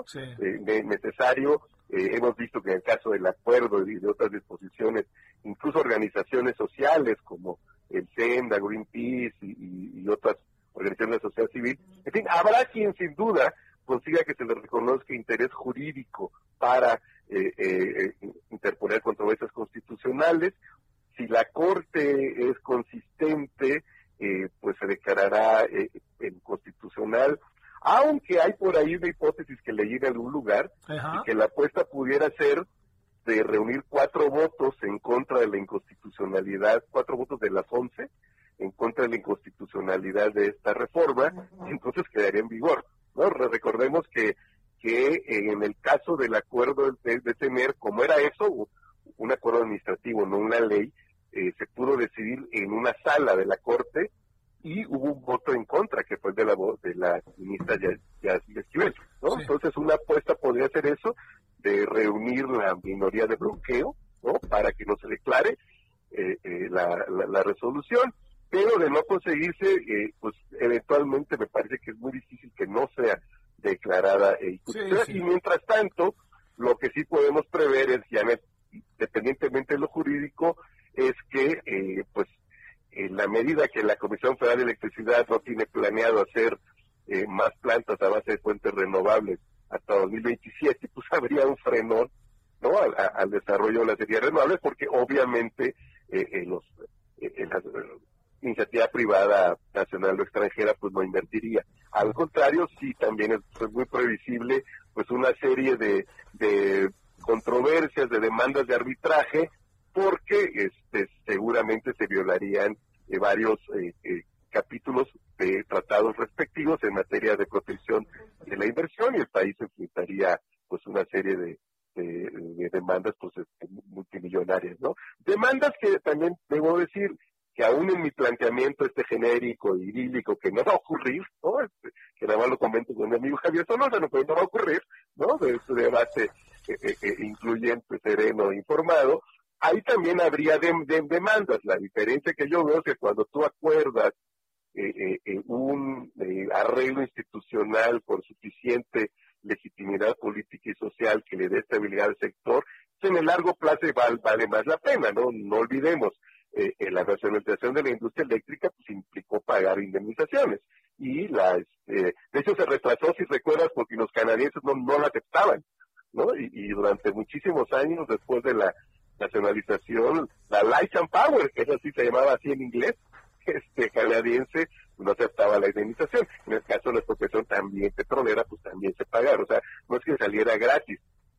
sí. eh, necesario. Eh, hemos visto que en el caso del acuerdo y de otras disposiciones, incluso organizaciones sociales como el SENDA, Greenpeace y, y, y otras organizaciones de la sociedad civil, en fin, habrá quien sin duda consiga que se le reconozca interés jurídico para eh, eh, interponer controversias constitucionales. Si la Corte es consistente, eh, pues se declarará eh, inconstitucional, aunque hay por ahí una hipótesis que leí en algún lugar, y que la apuesta pudiera ser de reunir cuatro votos en contra de la inconstitucionalidad, cuatro votos de las once, en contra de la inconstitucionalidad de esta reforma, y entonces quedaría en vigor, ¿no? Recordemos que, que en el caso del acuerdo de, de tener, como era eso, un acuerdo administrativo, no una ley, eh, se pudo decidir en una sala de la Corte, y hubo un voto en contra, que fue de la voz de la ministra Yasmín Esquivel, ¿no? Sí. Entonces una apuesta podría ser eso, de reunir la minoría de bloqueo, ¿no? Para que no se declare eh, eh, la, la, la resolución, pero de no conseguirse, eh, pues eventualmente me parece que es muy difícil que no sea declarada eh, inconstitucional. Sí, sí. Y mientras tanto, lo que sí podemos prever es, ya independientemente de lo jurídico, es que, eh, pues, en la medida que la Comisión Federal de Electricidad no tiene planeado hacer eh, más plantas a base de fuentes renovables hasta dos mil veintisiete, pues habría un frenón, ¿no? al, al desarrollo de las energías renovables, porque obviamente eh, en los eh, en la eh, iniciativa privada nacional o extranjera pues no invertiría. Al contrario, sí también es, es muy previsible pues una serie de, de controversias, de demandas de arbitraje, porque este seguramente se violarían eh, varios eh, eh, capítulos de tratados respectivos en materia de protección de la inversión, y el país enfrentaría pues una serie de, de, de demandas pues este, multimillonarias, ¿no? Demandas que también debo decir que aún en mi planteamiento este genérico, idílico, que no va a ocurrir, ¿no? Este, que nada más lo comento con mi amigo Javier Solórzano, pero no va a ocurrir, ¿no? De este debate eh, eh, eh, incluyente, sereno, informado. Ahí también habría de, de, demandas. La diferencia que yo veo es que cuando tú acuerdas eh, eh, un eh, arreglo institucional con suficiente legitimidad política y social que le dé estabilidad al sector, en el largo plazo vale, vale más la pena, ¿no? No olvidemos, eh, eh, la nacionalización de la industria eléctrica pues implicó pagar indemnizaciones. Y la, este, de hecho se retrasó, si recuerdas, porque los canadienses no, no la aceptaban, ¿no? Y, y durante muchísimos años después de la nacionalización, la Light and Power, que es así, se llamaba así en inglés, este canadiense, no aceptaba la indemnización. En el caso de la expropiación también petrolera, pues también se pagaron. O sea, no es que saliera gratis.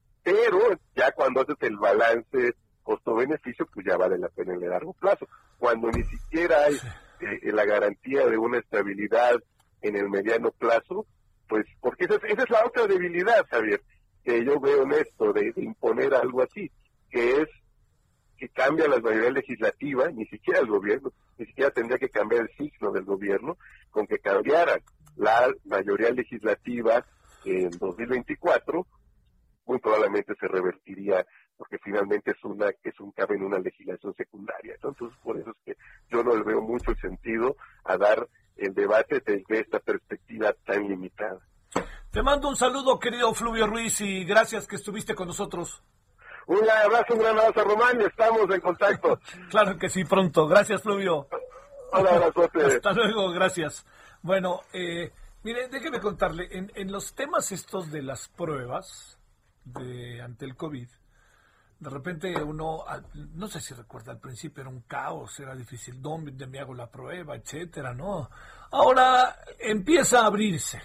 Pero ya cuando haces el balance costo-beneficio, pues ya vale la pena en el largo plazo. Cuando ni siquiera hay eh, la garantía de una estabilidad en el mediano plazo, pues, porque esa es, esa es la otra debilidad, Javier, que yo veo en esto, de, de imponer algo así, que es que cambia la mayoría legislativa, ni siquiera el gobierno, ni siquiera tendría que cambiar el signo del gobierno, con que cambiara la mayoría legislativa en dos mil veinticuatro, muy probablemente se revertiría, porque finalmente es una es un cambio en una legislación secundaria. Entonces, por eso es que yo no le veo mucho el sentido a dar el debate desde esta perspectiva tan limitada. Te mando un saludo, querido Fluvio Ruiz, y gracias que estuviste con nosotros. Un abrazo, un gran abrazo, Román, y estamos en contacto. Claro que sí, pronto. Gracias, Fluvio. Un abrazote. Hasta luego, gracias. Bueno, eh, mire, déjeme contarle, en, en los temas estos de las pruebas de ante el COVID, de repente uno, no sé si recuerda, al principio era un caos, era difícil, ¿dónde me hago la prueba, etcétera, ¿no? Ahora empieza a abrirse.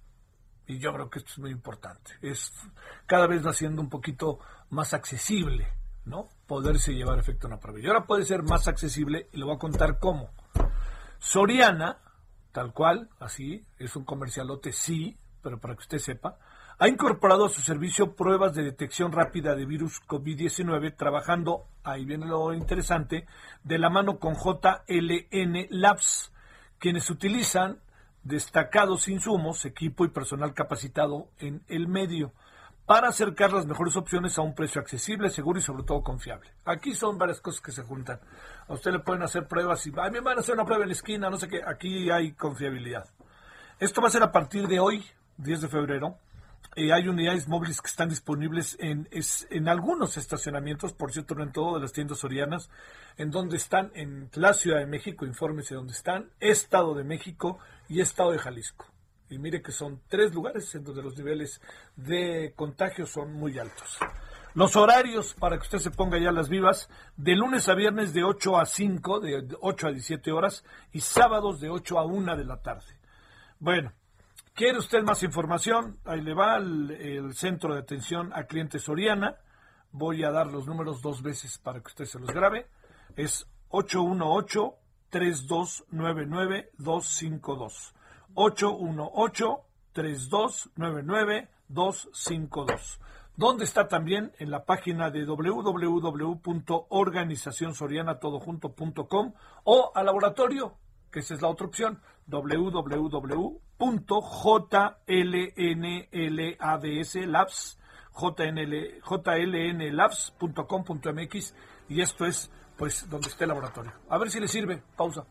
Y yo creo que esto es muy importante. Es cada vez va siendo un poquito más accesible, ¿no? Poderse llevar a efecto una prueba. Y ahora puede ser más accesible, y le voy a contar cómo. Soriana, tal cual, así, es un comercialote, sí, pero para que usted sepa, ha incorporado a su servicio pruebas de detección rápida de virus COVID diecinueve, trabajando, ahí viene lo interesante, de la mano con J L N Labs, quienes utilizan destacados insumos, equipo y personal capacitado en el medio para acercar las mejores opciones a un precio accesible, seguro y sobre todo confiable. Aquí son varias cosas que se juntan. A usted le pueden hacer pruebas y a mí me van a hacer una prueba en la esquina, no sé qué. Aquí hay confiabilidad. Esto va a ser a partir de hoy, diez de febrero, Eh, hay unidades móviles que están disponibles en, es, en algunos estacionamientos, por cierto, no en todo, de las tiendas sorianas, en donde están en la Ciudad de México, infórmese dónde están, Estado de México y Estado de Jalisco. Y mire que son tres lugares en donde los niveles de contagio son muy altos. Los horarios, para que usted se ponga ya las vivas, de lunes a viernes de ocho a cinco, de ocho a diecisiete horas, y sábados de ocho a una de la tarde. Bueno, ¿quiere usted más información? Ahí le va el, el Centro de Atención a Clientes Soriana. Voy a dar los números dos veces para que usted se los grabe. Es ocho uno ocho, tres dos nueve nueve, dos cinco dos. ocho uno ocho, tres dos nueve nueve, dos cinco dos. ¿Dónde está también? En la página de doble u doble u doble u punto organización soriana todo junto punto com o al laboratorio, que esa es la otra opción, doble u doble u doble u punto j l n l a b s labs j l n labs punto com punto m x, y esto es pues donde esté el laboratorio. A ver si le sirve. Pausa.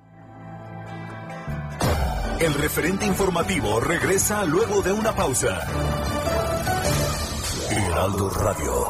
El referente informativo regresa luego de una pausa. Heraldo Radio.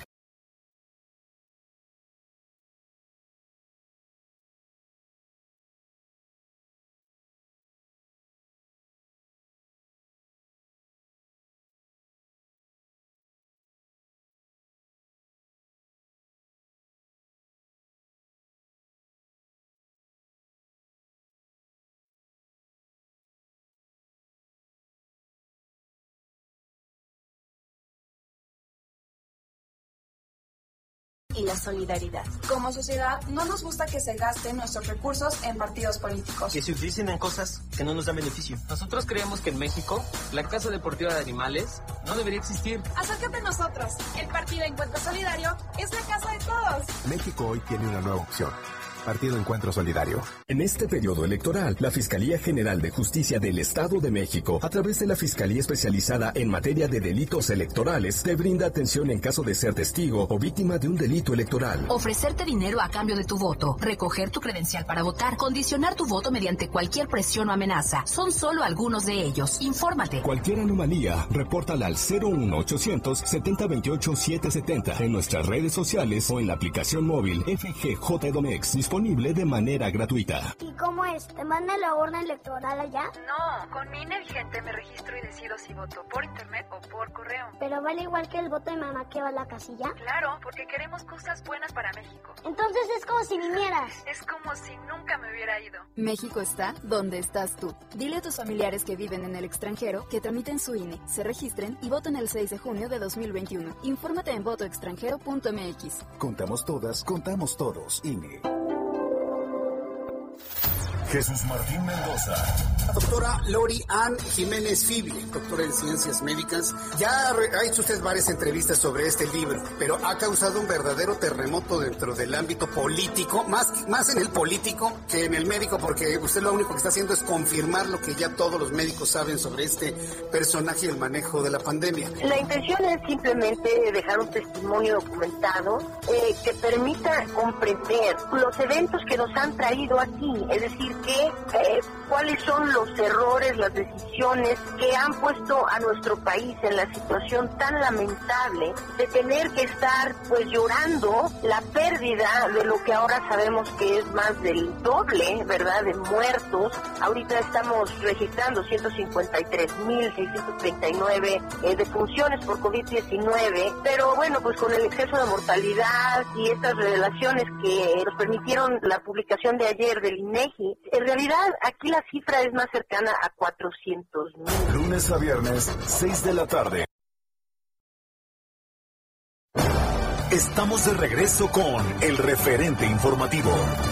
Y la solidaridad. Como sociedad, no nos gusta que se gasten nuestros recursos en partidos políticos. Que se utilicen en cosas que no nos dan beneficio. Nosotros creemos que en México, la Casa Deportiva de Animales no debería existir. Acércate a nosotros. El Partido Encuentro Solidario es la casa de todos. México hoy tiene una nueva opción. Partido Encuentro Solidario. En este periodo electoral, la Fiscalía General de Justicia del Estado de México, a través de la Fiscalía Especializada en Materia de Delitos Electorales, te brinda atención en caso de ser testigo o víctima de un delito electoral. Ofrecerte dinero a cambio de tu voto, recoger tu credencial para votar, condicionar tu voto mediante cualquier presión o amenaza, son solo algunos de ellos. Infórmate. Cualquier anomalía, repórtala al cero uno ochocientos setenta veintiocho setecientos setenta en nuestras redes sociales o en la aplicación móvil F G J Edomex, disponible de manera gratuita. ¿Y cómo es? ¿Te manda la urna electoral allá? No, con mi I N E vigente me registro y decido si voto por internet o por correo. ¿Pero vale igual que el voto de mamá que va a la casilla? Claro, porque queremos cosas buenas para México. Entonces es como si vinieras. Es como si nunca me hubiera ido. México está donde estás tú. Dile a tus familiares que viven en el extranjero que tramiten su I N E, se registren y voten el seis de junio de dos mil veintiuno. Infórmate en voto extranjero punto m x. Contamos todas, contamos todos. I N E. Jesús Martín Mendoza. La doctora Lori Ann Jiménez Fible, doctora en Ciencias Médicas. Ya ha hecho usted varias entrevistas sobre este libro, pero ha causado un verdadero terremoto dentro del ámbito político, más, más en el político que en el médico, porque usted lo único que está haciendo es confirmar lo que ya todos los médicos saben sobre este personaje y el manejo de la pandemia. La intención es simplemente dejar un testimonio documentado eh, que permita comprender los eventos que nos han traído aquí, es decir, que eh, cuáles son los errores, las decisiones que han puesto a nuestro país en la situación tan lamentable de tener que estar pues llorando la pérdida de lo que ahora sabemos que es más del doble, ¿verdad?, de muertos. Ahorita estamos registrando ciento cincuenta y tres mil seiscientos treinta y nueve eh, defunciones por COVID diecinueve, pero bueno, pues con el exceso de mortalidad y estas revelaciones que nos permitieron la publicación de ayer del INEGI, en realidad aquí la cifra es más cercana a cuatrocientos mil. Lunes a viernes, seis de la tarde. Estamos de regreso con el referente informativo.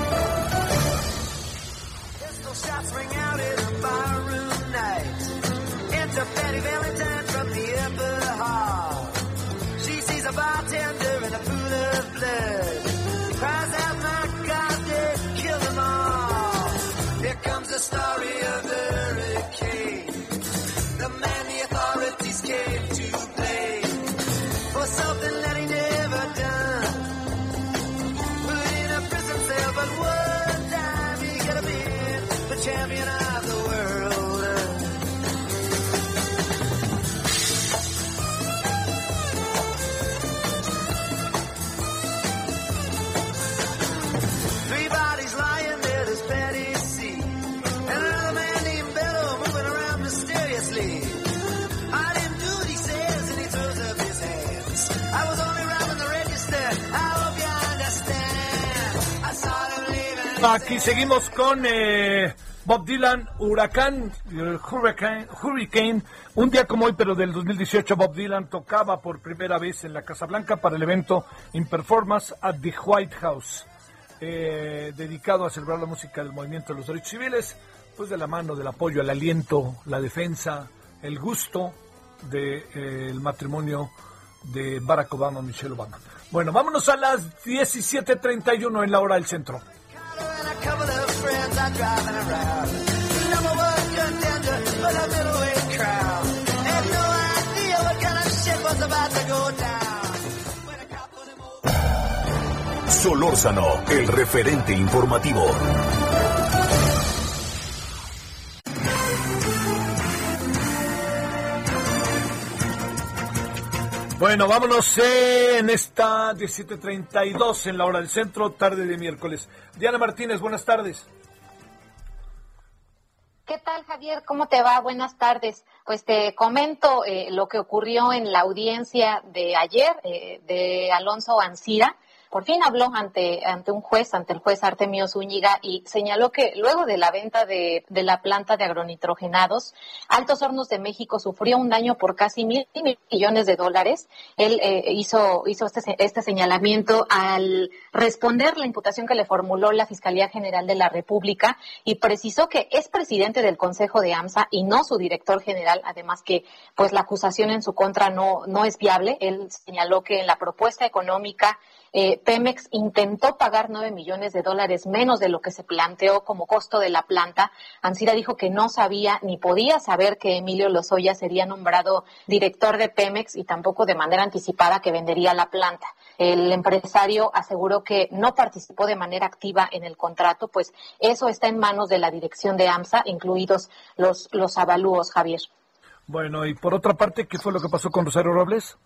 The story of the hurricane, the man the authorities came to blame for something that he never done, put in a prison cell, but what Aquí seguimos con eh, Bob Dylan, Huracán, eh, Hurricane, Hurricane. Un día como hoy, pero del dos mil dieciocho, Bob Dylan tocaba por primera vez en la Casa Blanca para el evento In Performance at the White House, eh, dedicado a celebrar la música del movimiento de los derechos civiles, pues de la mano del apoyo al aliento, la defensa, el gusto del de, eh, matrimonio de Barack Obama, Michelle Obama. Bueno, vámonos a las diecisiete treinta y uno en la hora del centro. Solórzano, el referente informativo. Bueno, vámonos en esta diecisiete treinta y dos en la hora del centro, tarde de miércoles. Diana Martínez, buenas tardes. ¿Qué tal, Javier? ¿Cómo te va? Buenas tardes. Pues te comento eh, lo que ocurrió en la audiencia de ayer eh, de Alonso Ancira. Por fin habló ante ante un juez, ante el juez Artemio Zúñiga, y señaló que luego de la venta de, de la planta de agronitrogenados, Altos Hornos de México sufrió un daño por casi mil millones de dólares. Él eh, hizo hizo este, este señalamiento al responder la imputación que le formuló la Fiscalía General de la República y precisó que es presidente del Consejo de AMSA y no su director general, además que pues la acusación en su contra no, no es viable. Él señaló que en la propuesta económica Eh, Pemex intentó pagar nueve millones de dólares menos de lo que se planteó como costo de la planta. Ancira dijo que no sabía ni podía saber que Emilio Lozoya sería nombrado director de Pemex y tampoco de manera anticipada que vendería la planta. El empresario aseguró que no participó de manera activa en el contrato, pues eso está en manos de la dirección de AMSA, incluidos los, los avalúos, Javier. Bueno, y por otra parte, ¿qué fue lo que pasó con Rosario Robles?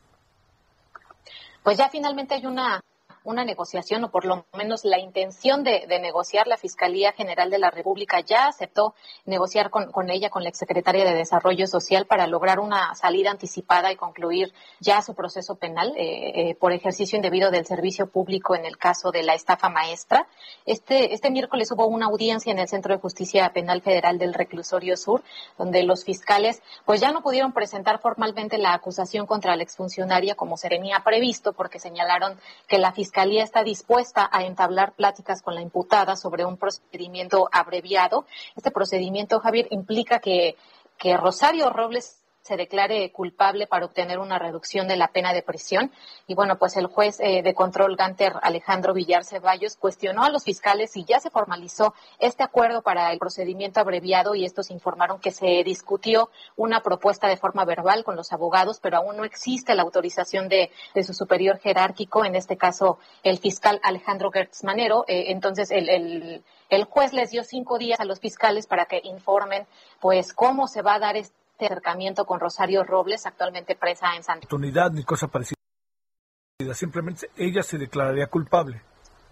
Pues ya finalmente hay una una negociación, o por lo menos la intención de, de negociar. La Fiscalía General de la República ya aceptó negociar con, con ella, con la exsecretaria de Desarrollo Social, para lograr una salida anticipada y concluir ya su proceso penal eh, eh, por ejercicio indebido del servicio público en el caso de la estafa maestra. Este, este miércoles hubo una audiencia en el Centro de Justicia Penal Federal del Reclusorio Sur, donde los fiscales pues ya no pudieron presentar formalmente la acusación contra la exfuncionaria como se tenía previsto, porque señalaron que la Fiscalía Fiscalía está dispuesta a entablar pláticas con la imputada sobre un procedimiento abreviado. Este procedimiento, Javier, implica que, que Rosario Robles se declare culpable para obtener una reducción de la pena de prisión. Y bueno, pues el juez eh, de control Gánter Alejandro Villar Ceballos cuestionó a los fiscales si ya se formalizó este acuerdo para el procedimiento abreviado, y estos informaron que se discutió una propuesta de forma verbal con los abogados, pero aún no existe la autorización de, de su superior jerárquico, en este caso el fiscal Alejandro Gertz Manero. Eh, entonces el, el, el juez les dio cinco días a los fiscales para que informen pues cómo se va a dar este acercamiento con Rosario Robles, actualmente presa en Santa Oportunidad ni cosa parecida, simplemente ella se declararía culpable.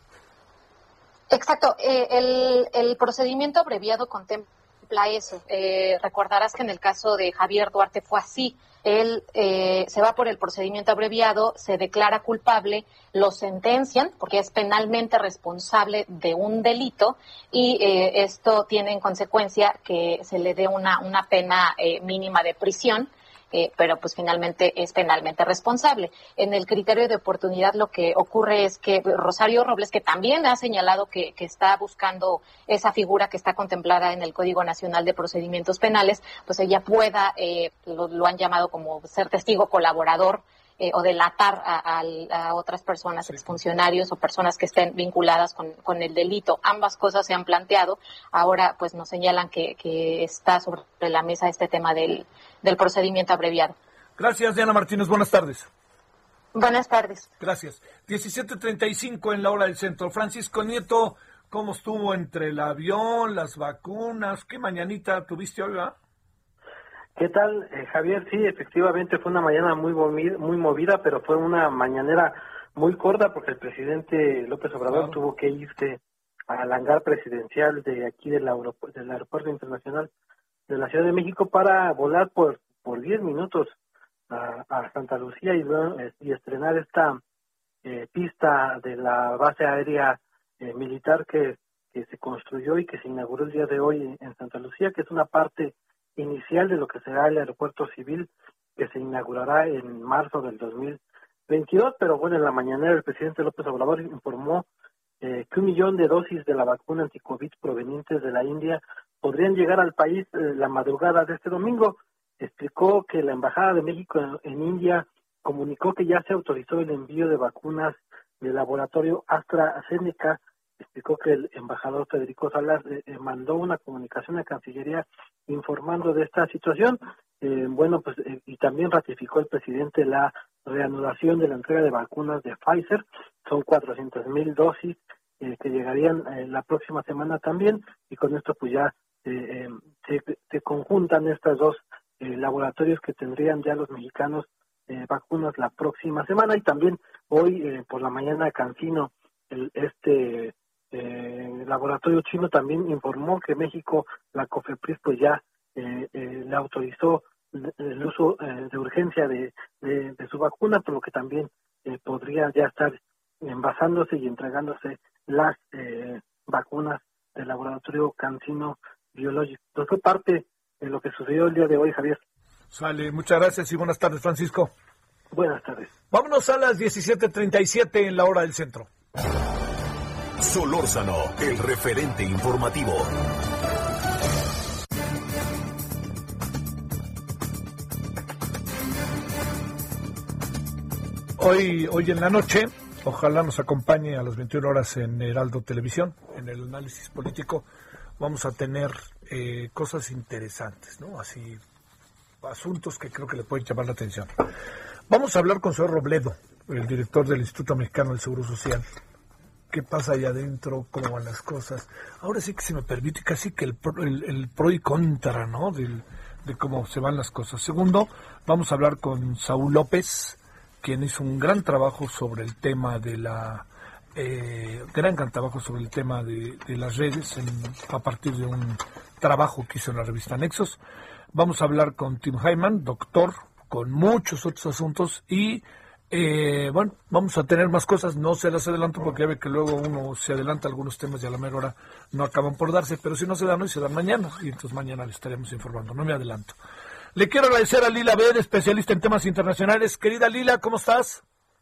Exacto, eh, el, el procedimiento abreviado contempla eso. Eh, recordarás que en el caso de Javier Duarte fue así. Él eh, se va por el procedimiento abreviado, se declara culpable, lo sentencian porque es penalmente responsable de un delito, y eh, esto tiene en consecuencia que se le dé una, una pena eh, mínima de prisión. Eh, pero pues finalmente es penalmente responsable. En el criterio de oportunidad lo que ocurre es que Rosario Robles, que también ha señalado que, que está buscando esa figura que está contemplada en el Código Nacional de Procedimientos Penales, pues ella pueda, eh, lo, lo han llamado como ser testigo colaborador, Eh, o delatar a, a, a otras personas, exfuncionarios o personas que estén vinculadas con, con el delito. Ambas cosas se han planteado. Ahora pues nos señalan que, que está sobre la mesa este tema del, del procedimiento abreviado. Gracias, Diana Martínez. Buenas tardes. Buenas tardes. Gracias. diecisiete treinta y cinco en la hora del centro. Francisco Nieto, ¿cómo estuvo entre el avión, las vacunas? ¿Qué mañanita tuviste hoy, verdad? ¿Qué tal, eh, Javier? Sí, efectivamente fue una mañana muy movida, muy movida, pero fue una mañanera muy corta porque el presidente López Obrador claro. tuvo que irse al hangar presidencial de aquí del, aeropu- del Aeropuerto Internacional de la Ciudad de México para volar por por diez minutos a, a Santa Lucía y, y estrenar esta eh, pista de la base aérea eh, militar que, que se construyó y que se inauguró el día de hoy en, en Santa Lucía, que es una parte inicial de lo que será el aeropuerto civil, que se inaugurará en marzo del dos mil veintidós, pero bueno, en la mañanera el presidente López Obrador informó eh, que un millón de dosis de la vacuna anticovid provenientes de la India podrían llegar al país eh, la madrugada de este domingo. Explicó que la Embajada de México en, en India comunicó que ya se autorizó el envío de vacunas del laboratorio AstraZeneca. Explicó que el embajador Federico Salas eh, eh, mandó una comunicación a Cancillería informando de esta situación. Eh, bueno, pues eh, y también ratificó el presidente la reanudación de la entrega de vacunas de Pfizer. Son cuatrocientas mil dosis eh, que llegarían eh, la próxima semana también, y con esto pues ya eh, eh, se, se conjuntan estas dos eh, laboratorios que tendrían ya los mexicanos eh, vacunas la próxima semana. Y también hoy eh, por la mañana CanSino, el, este eh, laboratorio chino, también informó que México, la COFEPRIS, pues ya eh, eh, le autorizó el uso eh, de urgencia de, de, de su vacuna, por lo que también eh, podría ya estar envasándose y entregándose las eh, vacunas del laboratorio CanSino Biologics. Entonces fue parte de lo que sucedió el día de hoy, Javier. Sale, muchas gracias y buenas tardes, Francisco. Buenas tardes. Vámonos a las diecisiete treinta y siete en la hora del centro. Solórzano, el referente informativo. Hoy, hoy en la noche, ojalá nos acompañe a las veintiuna horas en Heraldo Televisión, en el análisis político. Vamos a tener eh, cosas interesantes, ¿no? Así, asuntos que creo que le pueden llamar la atención. Vamos a hablar con señor Robledo, el director del Instituto Mexicano del Seguro Social. ¿Qué pasa allá adentro? ¿Cómo van las cosas? Ahora sí que se me permite casi que el pro, el, el pro y contra, ¿no? Del, de cómo se van las cosas. Segundo, vamos a hablar con Saúl López, quien hizo un gran trabajo sobre el tema de la... Eh, gran, gran trabajo sobre el tema de, de las redes en, a partir de un trabajo que hizo en la revista Nexos. Vamos a hablar con Tim Hyman, doctor, con muchos otros asuntos y... Eh, bueno, vamos a tener más cosas, no se las adelanto porque ya ve que luego uno se adelanta algunos temas y a la mera hora no acaban por darse, pero si no se dan hoy, se dan mañana, y entonces mañana le estaremos informando, no me adelanto. Le quiero agradecer a Lila Ver, especialista en temas internacionales. Querida Lila, ¿cómo estás?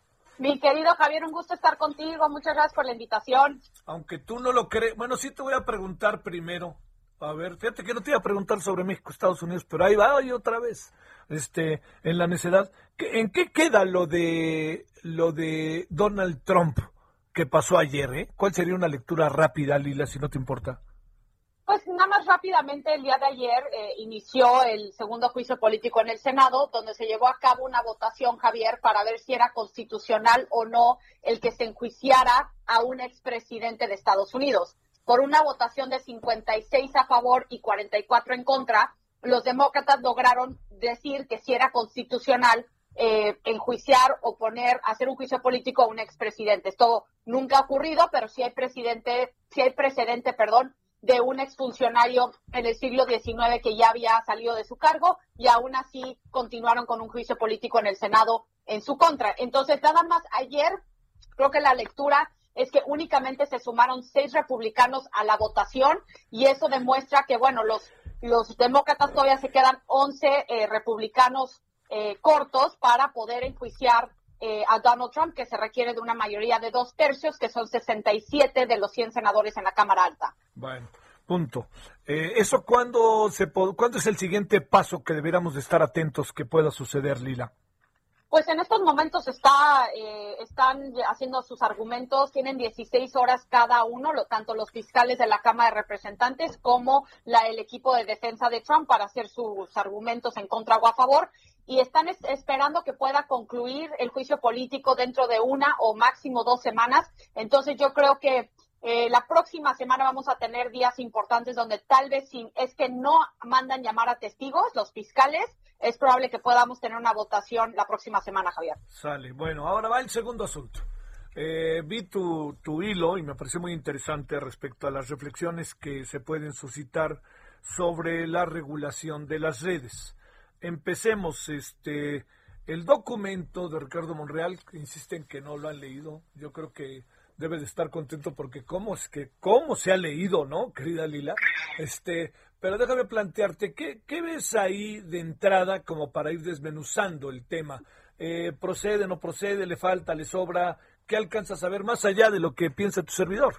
Mi querido Javier, un gusto estar contigo, muchas gracias por la invitación. Aunque tú no lo crees, bueno, sí te voy a preguntar primero. A ver, fíjate que no te iba a preguntar sobre México, Estados Unidos, pero ahí va, y otra vez, este, en la necedad. ¿En qué queda lo de lo de Donald Trump que pasó ayer, eh? ¿Cuál sería una lectura rápida, Lila, si no te importa? Pues nada más rápidamente, el día de ayer eh, inició el segundo juicio político en el Senado, donde se llevó a cabo una votación, Javier, para ver si era constitucional o no el que se enjuiciara a un expresidente de Estados Unidos. Por una votación de cincuenta y seis a favor y cuarenta y cuatro en contra, los demócratas lograron decir que si era constitucional eh, enjuiciar o poner, hacer un juicio político a un expresidente. Esto nunca ha ocurrido, pero sí hay presidente, sí hay precedente, perdón, de un exfuncionario en el siglo diecinueve que ya había salido de su cargo y aún así continuaron con un juicio político en el Senado en su contra. Entonces, nada más ayer, creo que la lectura es que únicamente se sumaron seis republicanos a la votación y eso demuestra que, bueno, los, los demócratas todavía se quedan once eh, republicanos eh, cortos para poder enjuiciar eh, a Donald Trump, que se requiere de una mayoría de dos tercios, que son sesenta y siete de los cien senadores en la Cámara Alta. Bueno, punto. Eh, ¿Eso cuándo, se cuándo es el siguiente paso que deberíamos de estar atentos que pueda suceder, Lila? Pues en estos momentos está, eh, están haciendo sus argumentos, tienen dieciséis horas cada uno, lo, tanto los fiscales de la Cámara de Representantes como la, el equipo de defensa de Trump para hacer sus argumentos en contra o a favor, y están es, esperando que pueda concluir el juicio político dentro de una o máximo dos semanas. Entonces yo creo que Eh, la próxima semana vamos a tener días importantes donde tal vez si es que no mandan llamar a testigos, los fiscales, es probable que podamos tener una votación la próxima semana, Javier. Sale. Bueno, ahora va el segundo asunto. Eh, vi tu, tu hilo y me pareció muy interesante respecto a las reflexiones que se pueden suscitar sobre la regulación de las redes. Empecemos, este, el documento de Ricardo Monreal, que insisten que no lo han leído, yo creo que debe de estar contento porque cómo es que cómo se ha leído, ¿no, querida Lila? Este, pero déjame plantearte, ¿qué, qué ves ahí de entrada como para ir desmenuzando el tema? Eh, ¿Procede, no procede, le falta, le sobra? ¿Qué alcanzas a ver más allá de lo que piensa tu servidor?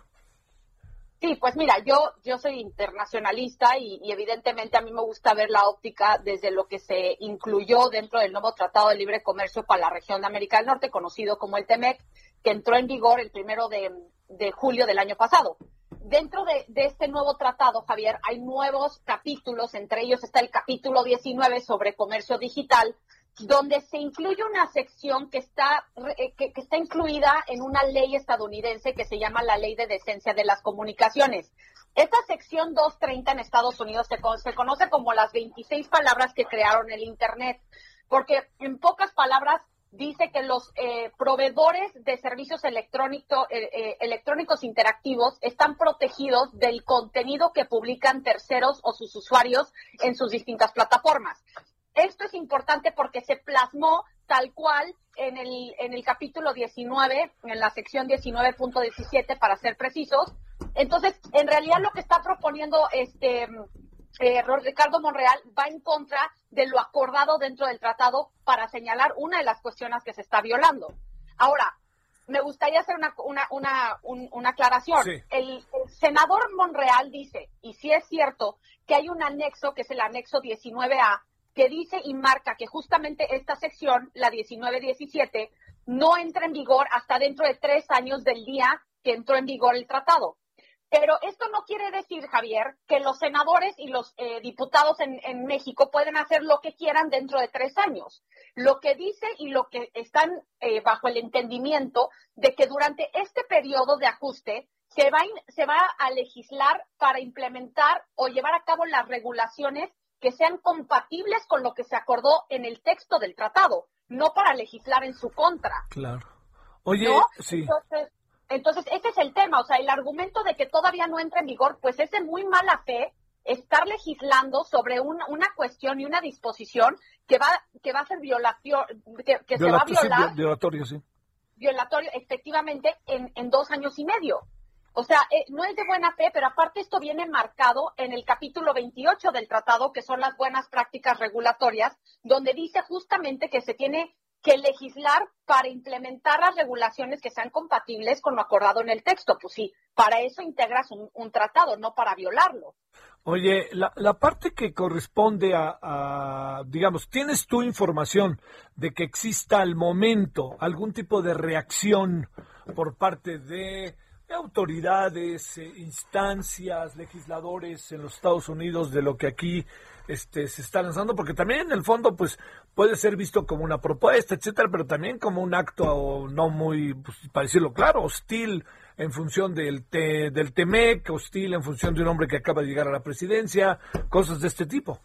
Sí, pues mira, yo yo soy internacionalista y, y evidentemente a mí me gusta ver la óptica desde lo que se incluyó dentro del nuevo Tratado de Libre Comercio para la región de América del Norte, conocido como el T M E C, que entró en vigor el primero de, de julio del año pasado. Dentro de, de este nuevo tratado, Javier, hay nuevos capítulos, entre ellos está el capítulo diecinueve sobre comercio digital, donde se incluye una sección que está que, que está incluida en una ley estadounidense que se llama la Ley de Decencia de las Comunicaciones. Esta sección doscientos treinta en Estados Unidos se, se conoce como las veintiséis palabras que crearon el Internet, porque en pocas palabras dice que los eh, proveedores de servicios electrónico, eh, eh, electrónicos interactivos están protegidos del contenido que publican terceros o sus usuarios en sus distintas plataformas. Esto es importante porque se plasmó tal cual en el en el capítulo diecinueve, en la sección diecinueve punto diecisiete, para ser precisos. Entonces, en realidad lo que está proponiendo este eh, Ricardo Monreal va en contra de lo acordado dentro del tratado para señalar una de las cuestiones que se está violando. Ahora, me gustaría hacer una una una, un, una aclaración. Sí. El, el senador Monreal dice, y sí es cierto, que hay un anexo, que es el anexo diecinueve A, que dice y marca que justamente esta sección, la diecinueve diecisiete, no entra en vigor hasta dentro de tres años del día que entró en vigor el tratado. Pero esto no quiere decir, Javier, que los senadores y los eh, diputados en, en México pueden hacer lo que quieran dentro de tres años. Lo que dice y lo que están eh, bajo el entendimiento de que durante este periodo de ajuste se va, se va a legislar para implementar o llevar a cabo las regulaciones que sean compatibles con lo que se acordó en el texto del tratado, no para legislar en su contra. Claro. Oye, ¿no? sí. Entonces, entonces, ese es el tema. O sea, el argumento de que todavía no entra en vigor, pues es de muy mala fe estar legislando sobre una, una cuestión y una disposición que va que va a ser violación, que, que se va a violar. Sí, violatorio, sí. Violatorio, efectivamente, en, en dos años y medio. O sea, eh, no es de buena fe, pero aparte esto viene marcado en el capítulo veintiocho del tratado, que son las buenas prácticas regulatorias, donde dice justamente que se tiene que legislar para implementar las regulaciones que sean compatibles con lo acordado en el texto. Pues sí, para eso integras un, un tratado, no para violarlo. Oye, la, la parte que corresponde a, a, digamos, ¿tienes tú información de que exista al momento algún tipo de reacción por parte de... de autoridades, eh, instancias, legisladores en los Estados Unidos de lo que aquí este, se está lanzando? Porque también en el fondo pues puede ser visto como una propuesta, etcétera, pero también como un acto no muy, pues, para decirlo claro, hostil en función del, te, del T M E C, hostil en función de un hombre que acaba de llegar a la presidencia, cosas de este tipo.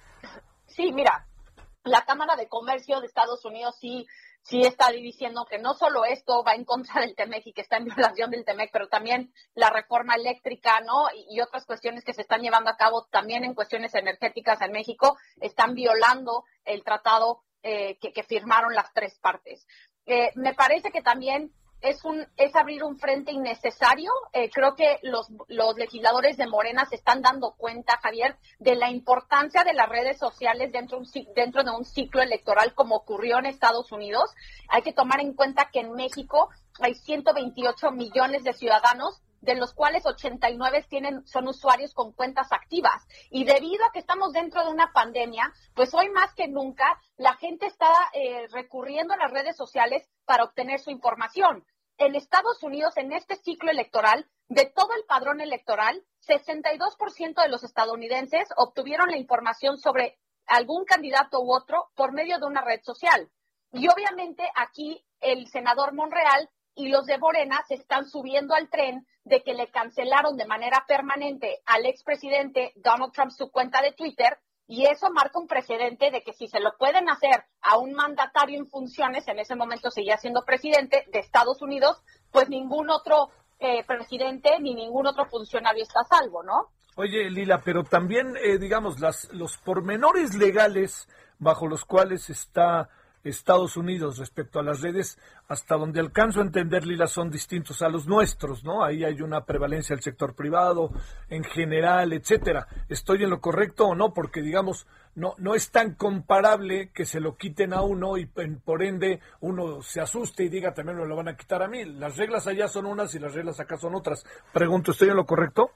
Sí, mira, la Cámara de Comercio de Estados Unidos sí sí está diciendo que no solo esto va en contra del T M E C y que está en violación del T M E C, pero también la reforma eléctrica, ¿no? Y, y otras cuestiones que se están llevando a cabo también en cuestiones energéticas en México están violando el tratado eh, que, que firmaron las tres partes. Eh, me parece que también es un es abrir un frente innecesario. Eh, creo que los, los legisladores de Morena se están dando cuenta, Javier, de la importancia de las redes sociales dentro, un, dentro de un ciclo electoral como ocurrió en Estados Unidos. Hay que tomar en cuenta que en México hay ciento veintiocho millones de ciudadanos, de los cuales ochenta y nueve tienen, son usuarios con cuentas activas. Y debido a que estamos dentro de una pandemia, pues hoy más que nunca la gente está eh, recurriendo a las redes sociales para obtener su información. En Estados Unidos, en este ciclo electoral, de todo el padrón electoral, sesenta y dos por ciento de los estadounidenses obtuvieron la información sobre algún candidato u otro por medio de una red social. Y obviamente aquí el senador Monreal y los de Morena se están subiendo al tren de que le cancelaron de manera permanente al expresidente Donald Trump su cuenta de Twitter, y eso marca un precedente de que si se lo pueden hacer a un mandatario en funciones, en ese momento seguía siendo presidente de Estados Unidos, pues ningún otro eh, presidente ni ningún otro funcionario está a salvo, ¿no? Oye, Lila, pero también, eh, digamos, las los pormenores legales bajo los cuales está Estados Unidos respecto a las redes, hasta donde alcanzo a entender, Lila, son distintos a los nuestros, ¿no? Ahí hay una prevalencia del sector privado, en general, etcétera. ¿Estoy en lo correcto o no? Porque, digamos, no no es tan comparable que se lo quiten a uno y por ende uno se asuste y diga también me lo van a quitar a mí. Las reglas allá son unas y las reglas acá son otras. Pregunto, ¿estoy en lo correcto?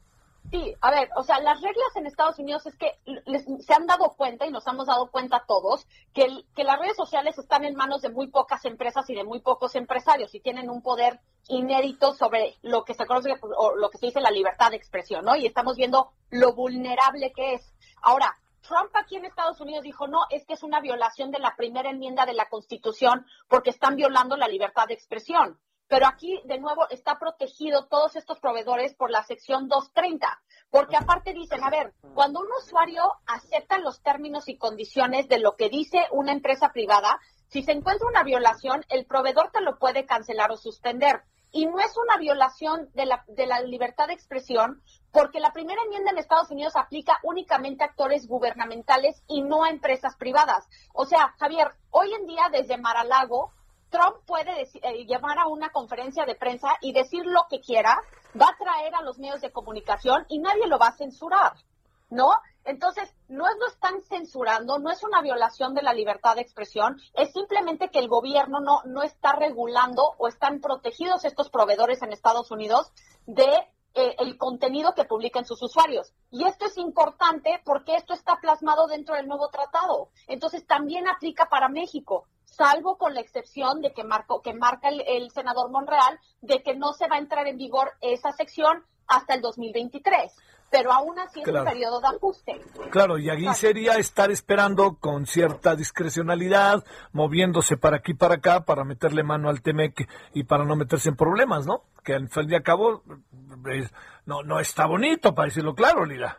Sí, a ver, o sea, las reglas en Estados Unidos es que les, se han dado cuenta y nos hemos dado cuenta todos que, el, que las redes sociales están en manos de muy pocas empresas y de muy pocos empresarios y tienen un poder inédito sobre lo que se conoce o lo que se dice la libertad de expresión, ¿no? Y estamos viendo lo vulnerable que es. Ahora, Trump aquí en Estados Unidos dijo, no, es que es una violación de la primera enmienda de la Constitución porque están violando la libertad de expresión. Pero aquí, de nuevo, está protegido todos estos proveedores por la sección doscientos treinta, porque aparte dicen, a ver, cuando un usuario acepta los términos y condiciones de lo que dice una empresa privada, si se encuentra una violación, el proveedor te lo puede cancelar o suspender. Y no es una violación de la, de la libertad de expresión, porque la primera enmienda en Estados Unidos aplica únicamente a actores gubernamentales y no a empresas privadas. O sea, Javier, hoy en día desde Mar-a-Lago, Trump puede decir, eh, llevar a una conferencia de prensa y decir lo que quiera, va a traer a los medios de comunicación y nadie lo va a censurar, ¿no? Entonces, no es lo están censurando, no es una violación de la libertad de expresión, es simplemente que el gobierno no, no está regulando o están protegidos estos proveedores en Estados Unidos de eh, el contenido que publican sus usuarios. Y esto es importante porque esto está plasmado dentro del nuevo tratado. Entonces, también aplica para México, salvo con la excepción de que, marco, que marca el, el senador Monreal, de que no se va a entrar en vigor esa sección hasta el dos mil veintitrés. Pero aún así es claro. Un periodo de ajuste. Claro, y ahí sería estar esperando con cierta discrecionalidad, moviéndose para aquí y para acá, para meterle mano al Temec y para no meterse en problemas, ¿no? Que al fin y al cabo eh, no, no está bonito, para decirlo claro, Lila.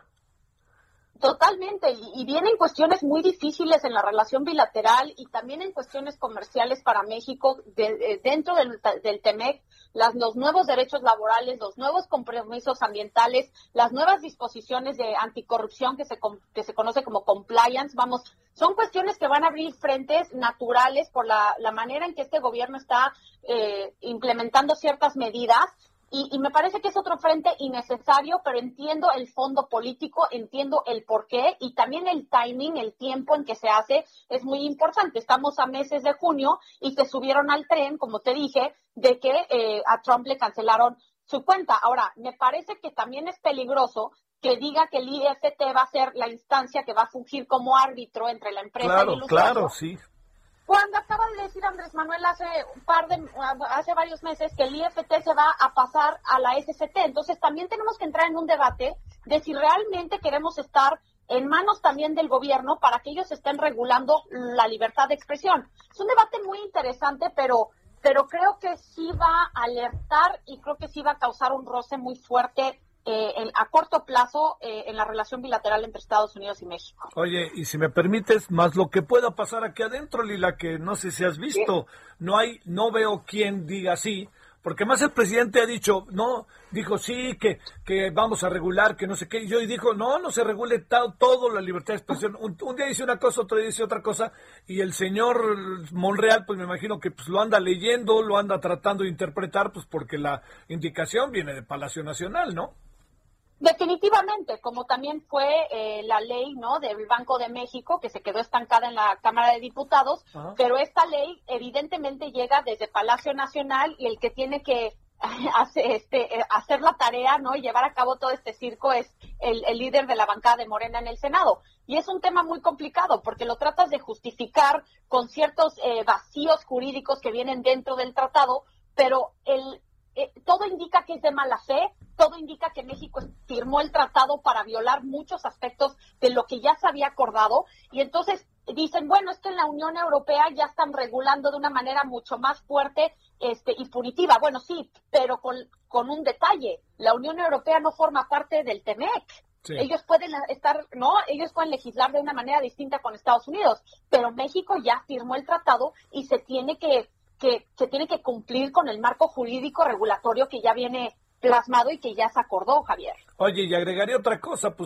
Totalmente, y, y vienen cuestiones muy difíciles en la relación bilateral y también en cuestiones comerciales para México de, de, dentro del, del Temec, las, los nuevos derechos laborales, los nuevos compromisos ambientales, las nuevas disposiciones de anticorrupción que se, que se conoce como compliance, vamos, son cuestiones que van a abrir frentes naturales por la, la manera en que este gobierno está eh, implementando ciertas medidas. Y, y me parece que es otro frente innecesario, pero entiendo el fondo político, entiendo el porqué y también el timing, el tiempo en que se hace es muy importante. Estamos a meses de junio y se subieron al tren, como te dije, de que eh, a Trump le cancelaron su cuenta. Ahora, me parece que también es peligroso que diga que el I F T va a ser la instancia que va a fungir como árbitro entre la empresa claro, y el usuario. Claro, sí. Cuando acaba de decir Andrés Manuel hace un par de, hace varios meses que el I F T se va a pasar a la S C T, entonces también tenemos que entrar en un debate de si realmente queremos estar en manos también del gobierno para que ellos estén regulando la libertad de expresión. Es un debate muy interesante, pero, pero creo que sí va a alertar y creo que sí va a causar un roce muy fuerte Eh, en, a corto plazo eh, en la relación bilateral entre Estados Unidos y México. Oye, y si me permites, más lo que pueda pasar aquí adentro, Lila, que no sé si has visto, ¿sí? no hay, no veo quien diga sí, porque más el presidente ha dicho, no, dijo sí, que, que vamos a regular, que no sé qué, y yo y dijo, no, no se regule ta, todo la libertad de expresión, un, un día dice una cosa, otro día dice otra cosa, y el señor Monreal, pues me imagino que pues lo anda leyendo, lo anda tratando de interpretar, pues porque la indicación viene de Palacio Nacional, ¿no? Definitivamente, como también fue eh, la ley, ¿no?, del Banco de México, que se quedó estancada en la Cámara de Diputados, Ajá. pero esta ley evidentemente llega desde Palacio Nacional y el que tiene que hacer, este, hacer la tarea, ¿no?, y llevar a cabo todo este circo es el, el líder de la bancada de Morena en el Senado. Y es un tema muy complicado porque lo tratas de justificar con ciertos eh, vacíos jurídicos que vienen dentro del tratado, pero el Eh, todo indica que es de mala fe, todo indica que México firmó el tratado para violar muchos aspectos de lo que ya se había acordado, y entonces dicen, bueno, es que en la Unión Europea ya están regulando de una manera mucho más fuerte este, y punitiva. Bueno, sí, pero con, con un detalle, la Unión Europea no forma parte del Temec. Sí. Ellos pueden estar, no, ellos pueden legislar de una manera distinta con Estados Unidos, pero México ya firmó el tratado y se tiene que que se tiene que cumplir con el marco jurídico regulatorio que ya viene plasmado y que ya se acordó, Javier. Oye, y agregaría otra cosa, pues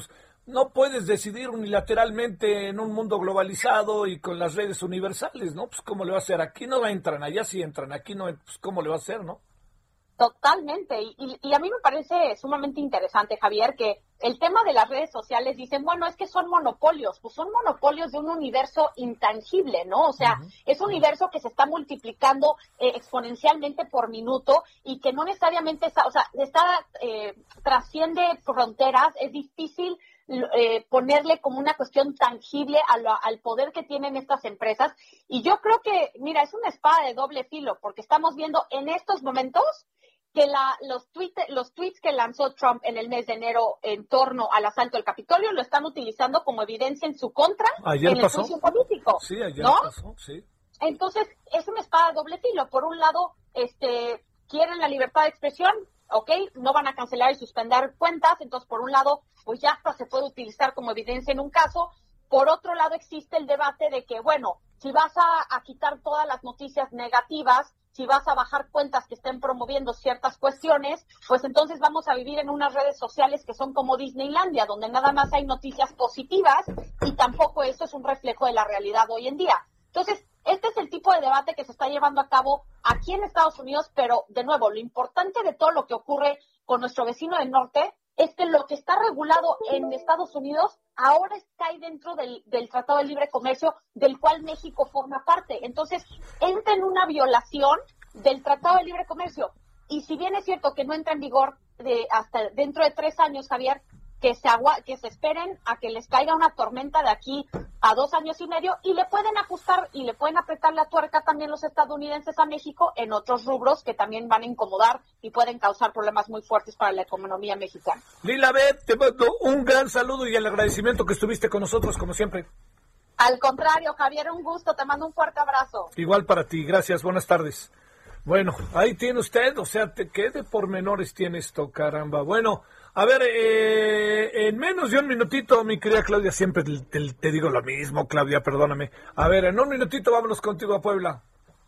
no puedes decidir unilateralmente en un mundo globalizado y con las redes universales, ¿no? Pues cómo le va a hacer, aquí no entran, allá sí entran, aquí no, pues cómo le va a hacer, ¿no? Totalmente, y, y a mí me parece sumamente interesante, Javier, que el tema de las redes sociales dicen, bueno, es que son monopolios, pues son monopolios de un universo intangible, ¿no? O sea, uh-huh. es un universo que se está multiplicando eh, exponencialmente por minuto y que no necesariamente está, o sea, está, eh, trasciende fronteras, es difícil eh, ponerle como una cuestión tangible a lo, al poder que tienen estas empresas. Y yo creo que, mira, es una espada de doble filo, porque estamos viendo en estos momentos que la, los, tweet, los tweets que lanzó Trump en el mes de enero en torno al asalto al Capitolio lo están utilizando como evidencia en su contra ayer en pasó. el juicio político. Sí, ayer ¿no? pasó, sí. Entonces, es una espada de doble filo. Por un lado, este, quieren la libertad de expresión, ¿ok? No van a cancelar y suspender cuentas. Entonces, por un lado, pues ya hasta se puede utilizar como evidencia en un caso. Por otro lado, existe el debate de que, bueno, si vas a, a quitar todas las noticias negativas, si vas a bajar cuentas que estén promoviendo ciertas cuestiones, pues entonces vamos a vivir en unas redes sociales que son como Disneylandia, donde nada más hay noticias positivas y tampoco eso es un reflejo de la realidad hoy en día. Entonces, este es el tipo de debate que se está llevando a cabo aquí en Estados Unidos, pero de nuevo, lo importante de todo lo que ocurre con nuestro vecino del norte es que lo que está regulado en Estados Unidos ahora cae dentro del, del Tratado de Libre Comercio, del cual México forma parte. Entonces, entra en una violación del Tratado de Libre Comercio. Y si bien es cierto que no entra en vigor de hasta dentro de tres años, Javier, que se agua, que se esperen a que les caiga una tormenta de aquí a dos años y medio y le pueden ajustar y le pueden apretar la tuerca también los estadounidenses a México en otros rubros que también van a incomodar y pueden causar problemas muy fuertes para la economía mexicana. Lila Bet, te mando un gran saludo y el agradecimiento que estuviste con nosotros como siempre. Al contrario, Javier, un gusto, te mando un fuerte abrazo. Igual para ti, gracias, buenas tardes. Bueno, ahí tiene usted, o sea, te, ¿qué de pormenores tiene esto, caramba? Bueno, a ver, eh, en menos de un minutito, mi querida Claudia, siempre te, te, te digo lo mismo, Claudia, perdóname. A ver, en un minutito vámonos contigo a Puebla.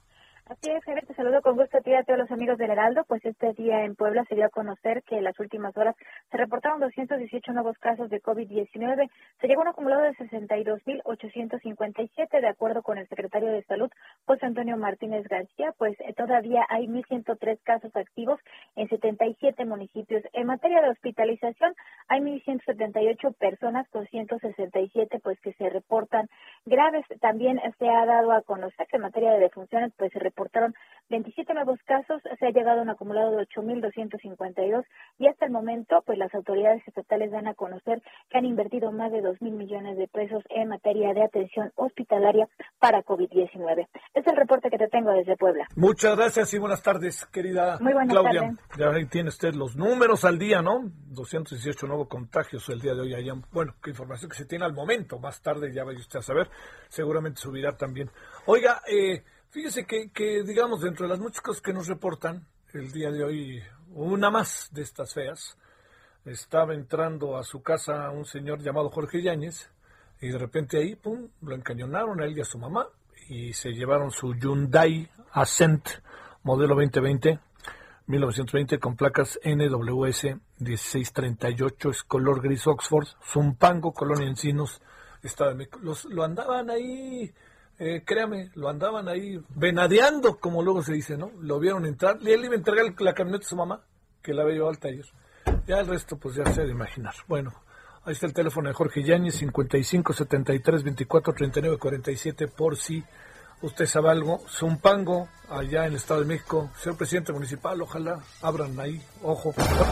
Así es, Javier, te saludo con gusto a ti y a todos los amigos del Heraldo. Pues este día en Puebla se dio a conocer que en las últimas horas se reportaron doscientos dieciocho nuevos casos de COVID diecinueve. Se llegó a un acumulado de sesenta y dos mil ochocientos cincuenta y siete, de acuerdo con el secretario de Salud, José Antonio Martínez García. Pues eh, todavía hay mil ciento tres casos activos en setenta y siete municipios. En materia de hospitalización, hay mil ciento setenta y ocho personas con ciento sesenta y siete pues que se reportan graves. También se ha dado a conocer que en materia de defunciones pues se reportaron veintisiete nuevos casos, se ha llegado a un acumulado de ocho mil doscientos cincuenta y dos y hasta el momento pues las autoridades estatales dan a conocer que han invertido más de dos mil millones de pesos en materia de atención hospitalaria para COVID diecinueve. Es el reporte que te tengo desde Puebla. Muchas gracias y buenas tardes, querida Muy buenas Claudia. tardes. Ya ahí tiene usted los números al día, ¿no? doscientos dieciocho nuevos contagios el día de hoy. Allá. Bueno, qué información que se tiene al momento. Más tarde ya vaya usted a saber. Seguramente subirá también. Oiga, eh... fíjese que, que, digamos, dentro de las muchas cosas que nos reportan el día de hoy, una más de estas feas, estaba entrando a su casa un señor llamado Jorge Yáñez y de repente ahí, pum, lo encañonaron a él y a su mamá y se llevaron su Hyundai Accent modelo veinte veinte, mil novecientos veinte con placas N W S dieciséis treinta y ocho, es color gris Oxford, Zumpango, Colonia Encinos, Estado de México. Los, lo andaban ahí... Eh, créame, lo andaban ahí venadeando, como luego se dice, ¿no? Lo vieron entrar, y él iba a entregar la camioneta a su mamá, que la había llevado al taller. Ya el resto, pues ya se ha de imaginar. Bueno, ahí está el teléfono de Jorge Yáñez, cincuenta y cinco, setenta y tres, veinticuatro, treinta y nueve, cuarenta y siete, por si usted sabe algo. Zumpango, allá en el Estado de México. Señor presidente municipal, ojalá abran ahí, ojo.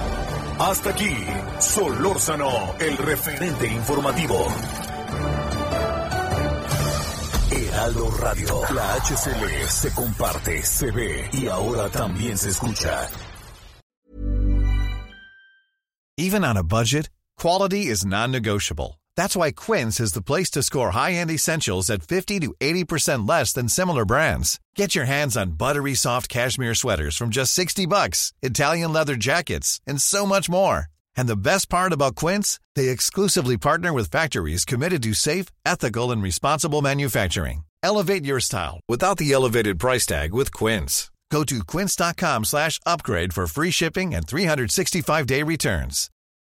Hasta aquí, Solórzano, el referente informativo. Heraldo Radio, la H C L se comparte, se ve y ahora también se escucha. Even on a budget, quality is non-negotiable. That's why Quince is the place to score high-end essentials at fifty to eighty percent less than similar brands. Get your hands on buttery soft cashmere sweaters from just sixty bucks, Italian leather jackets, and so much more. And the best part about Quince, they exclusively partner with factories committed to safe, ethical, and responsible manufacturing. Elevate your style without the elevated price tag with Quince. Go to quince.com slash upgrade for free shipping and three sixty-five day returns.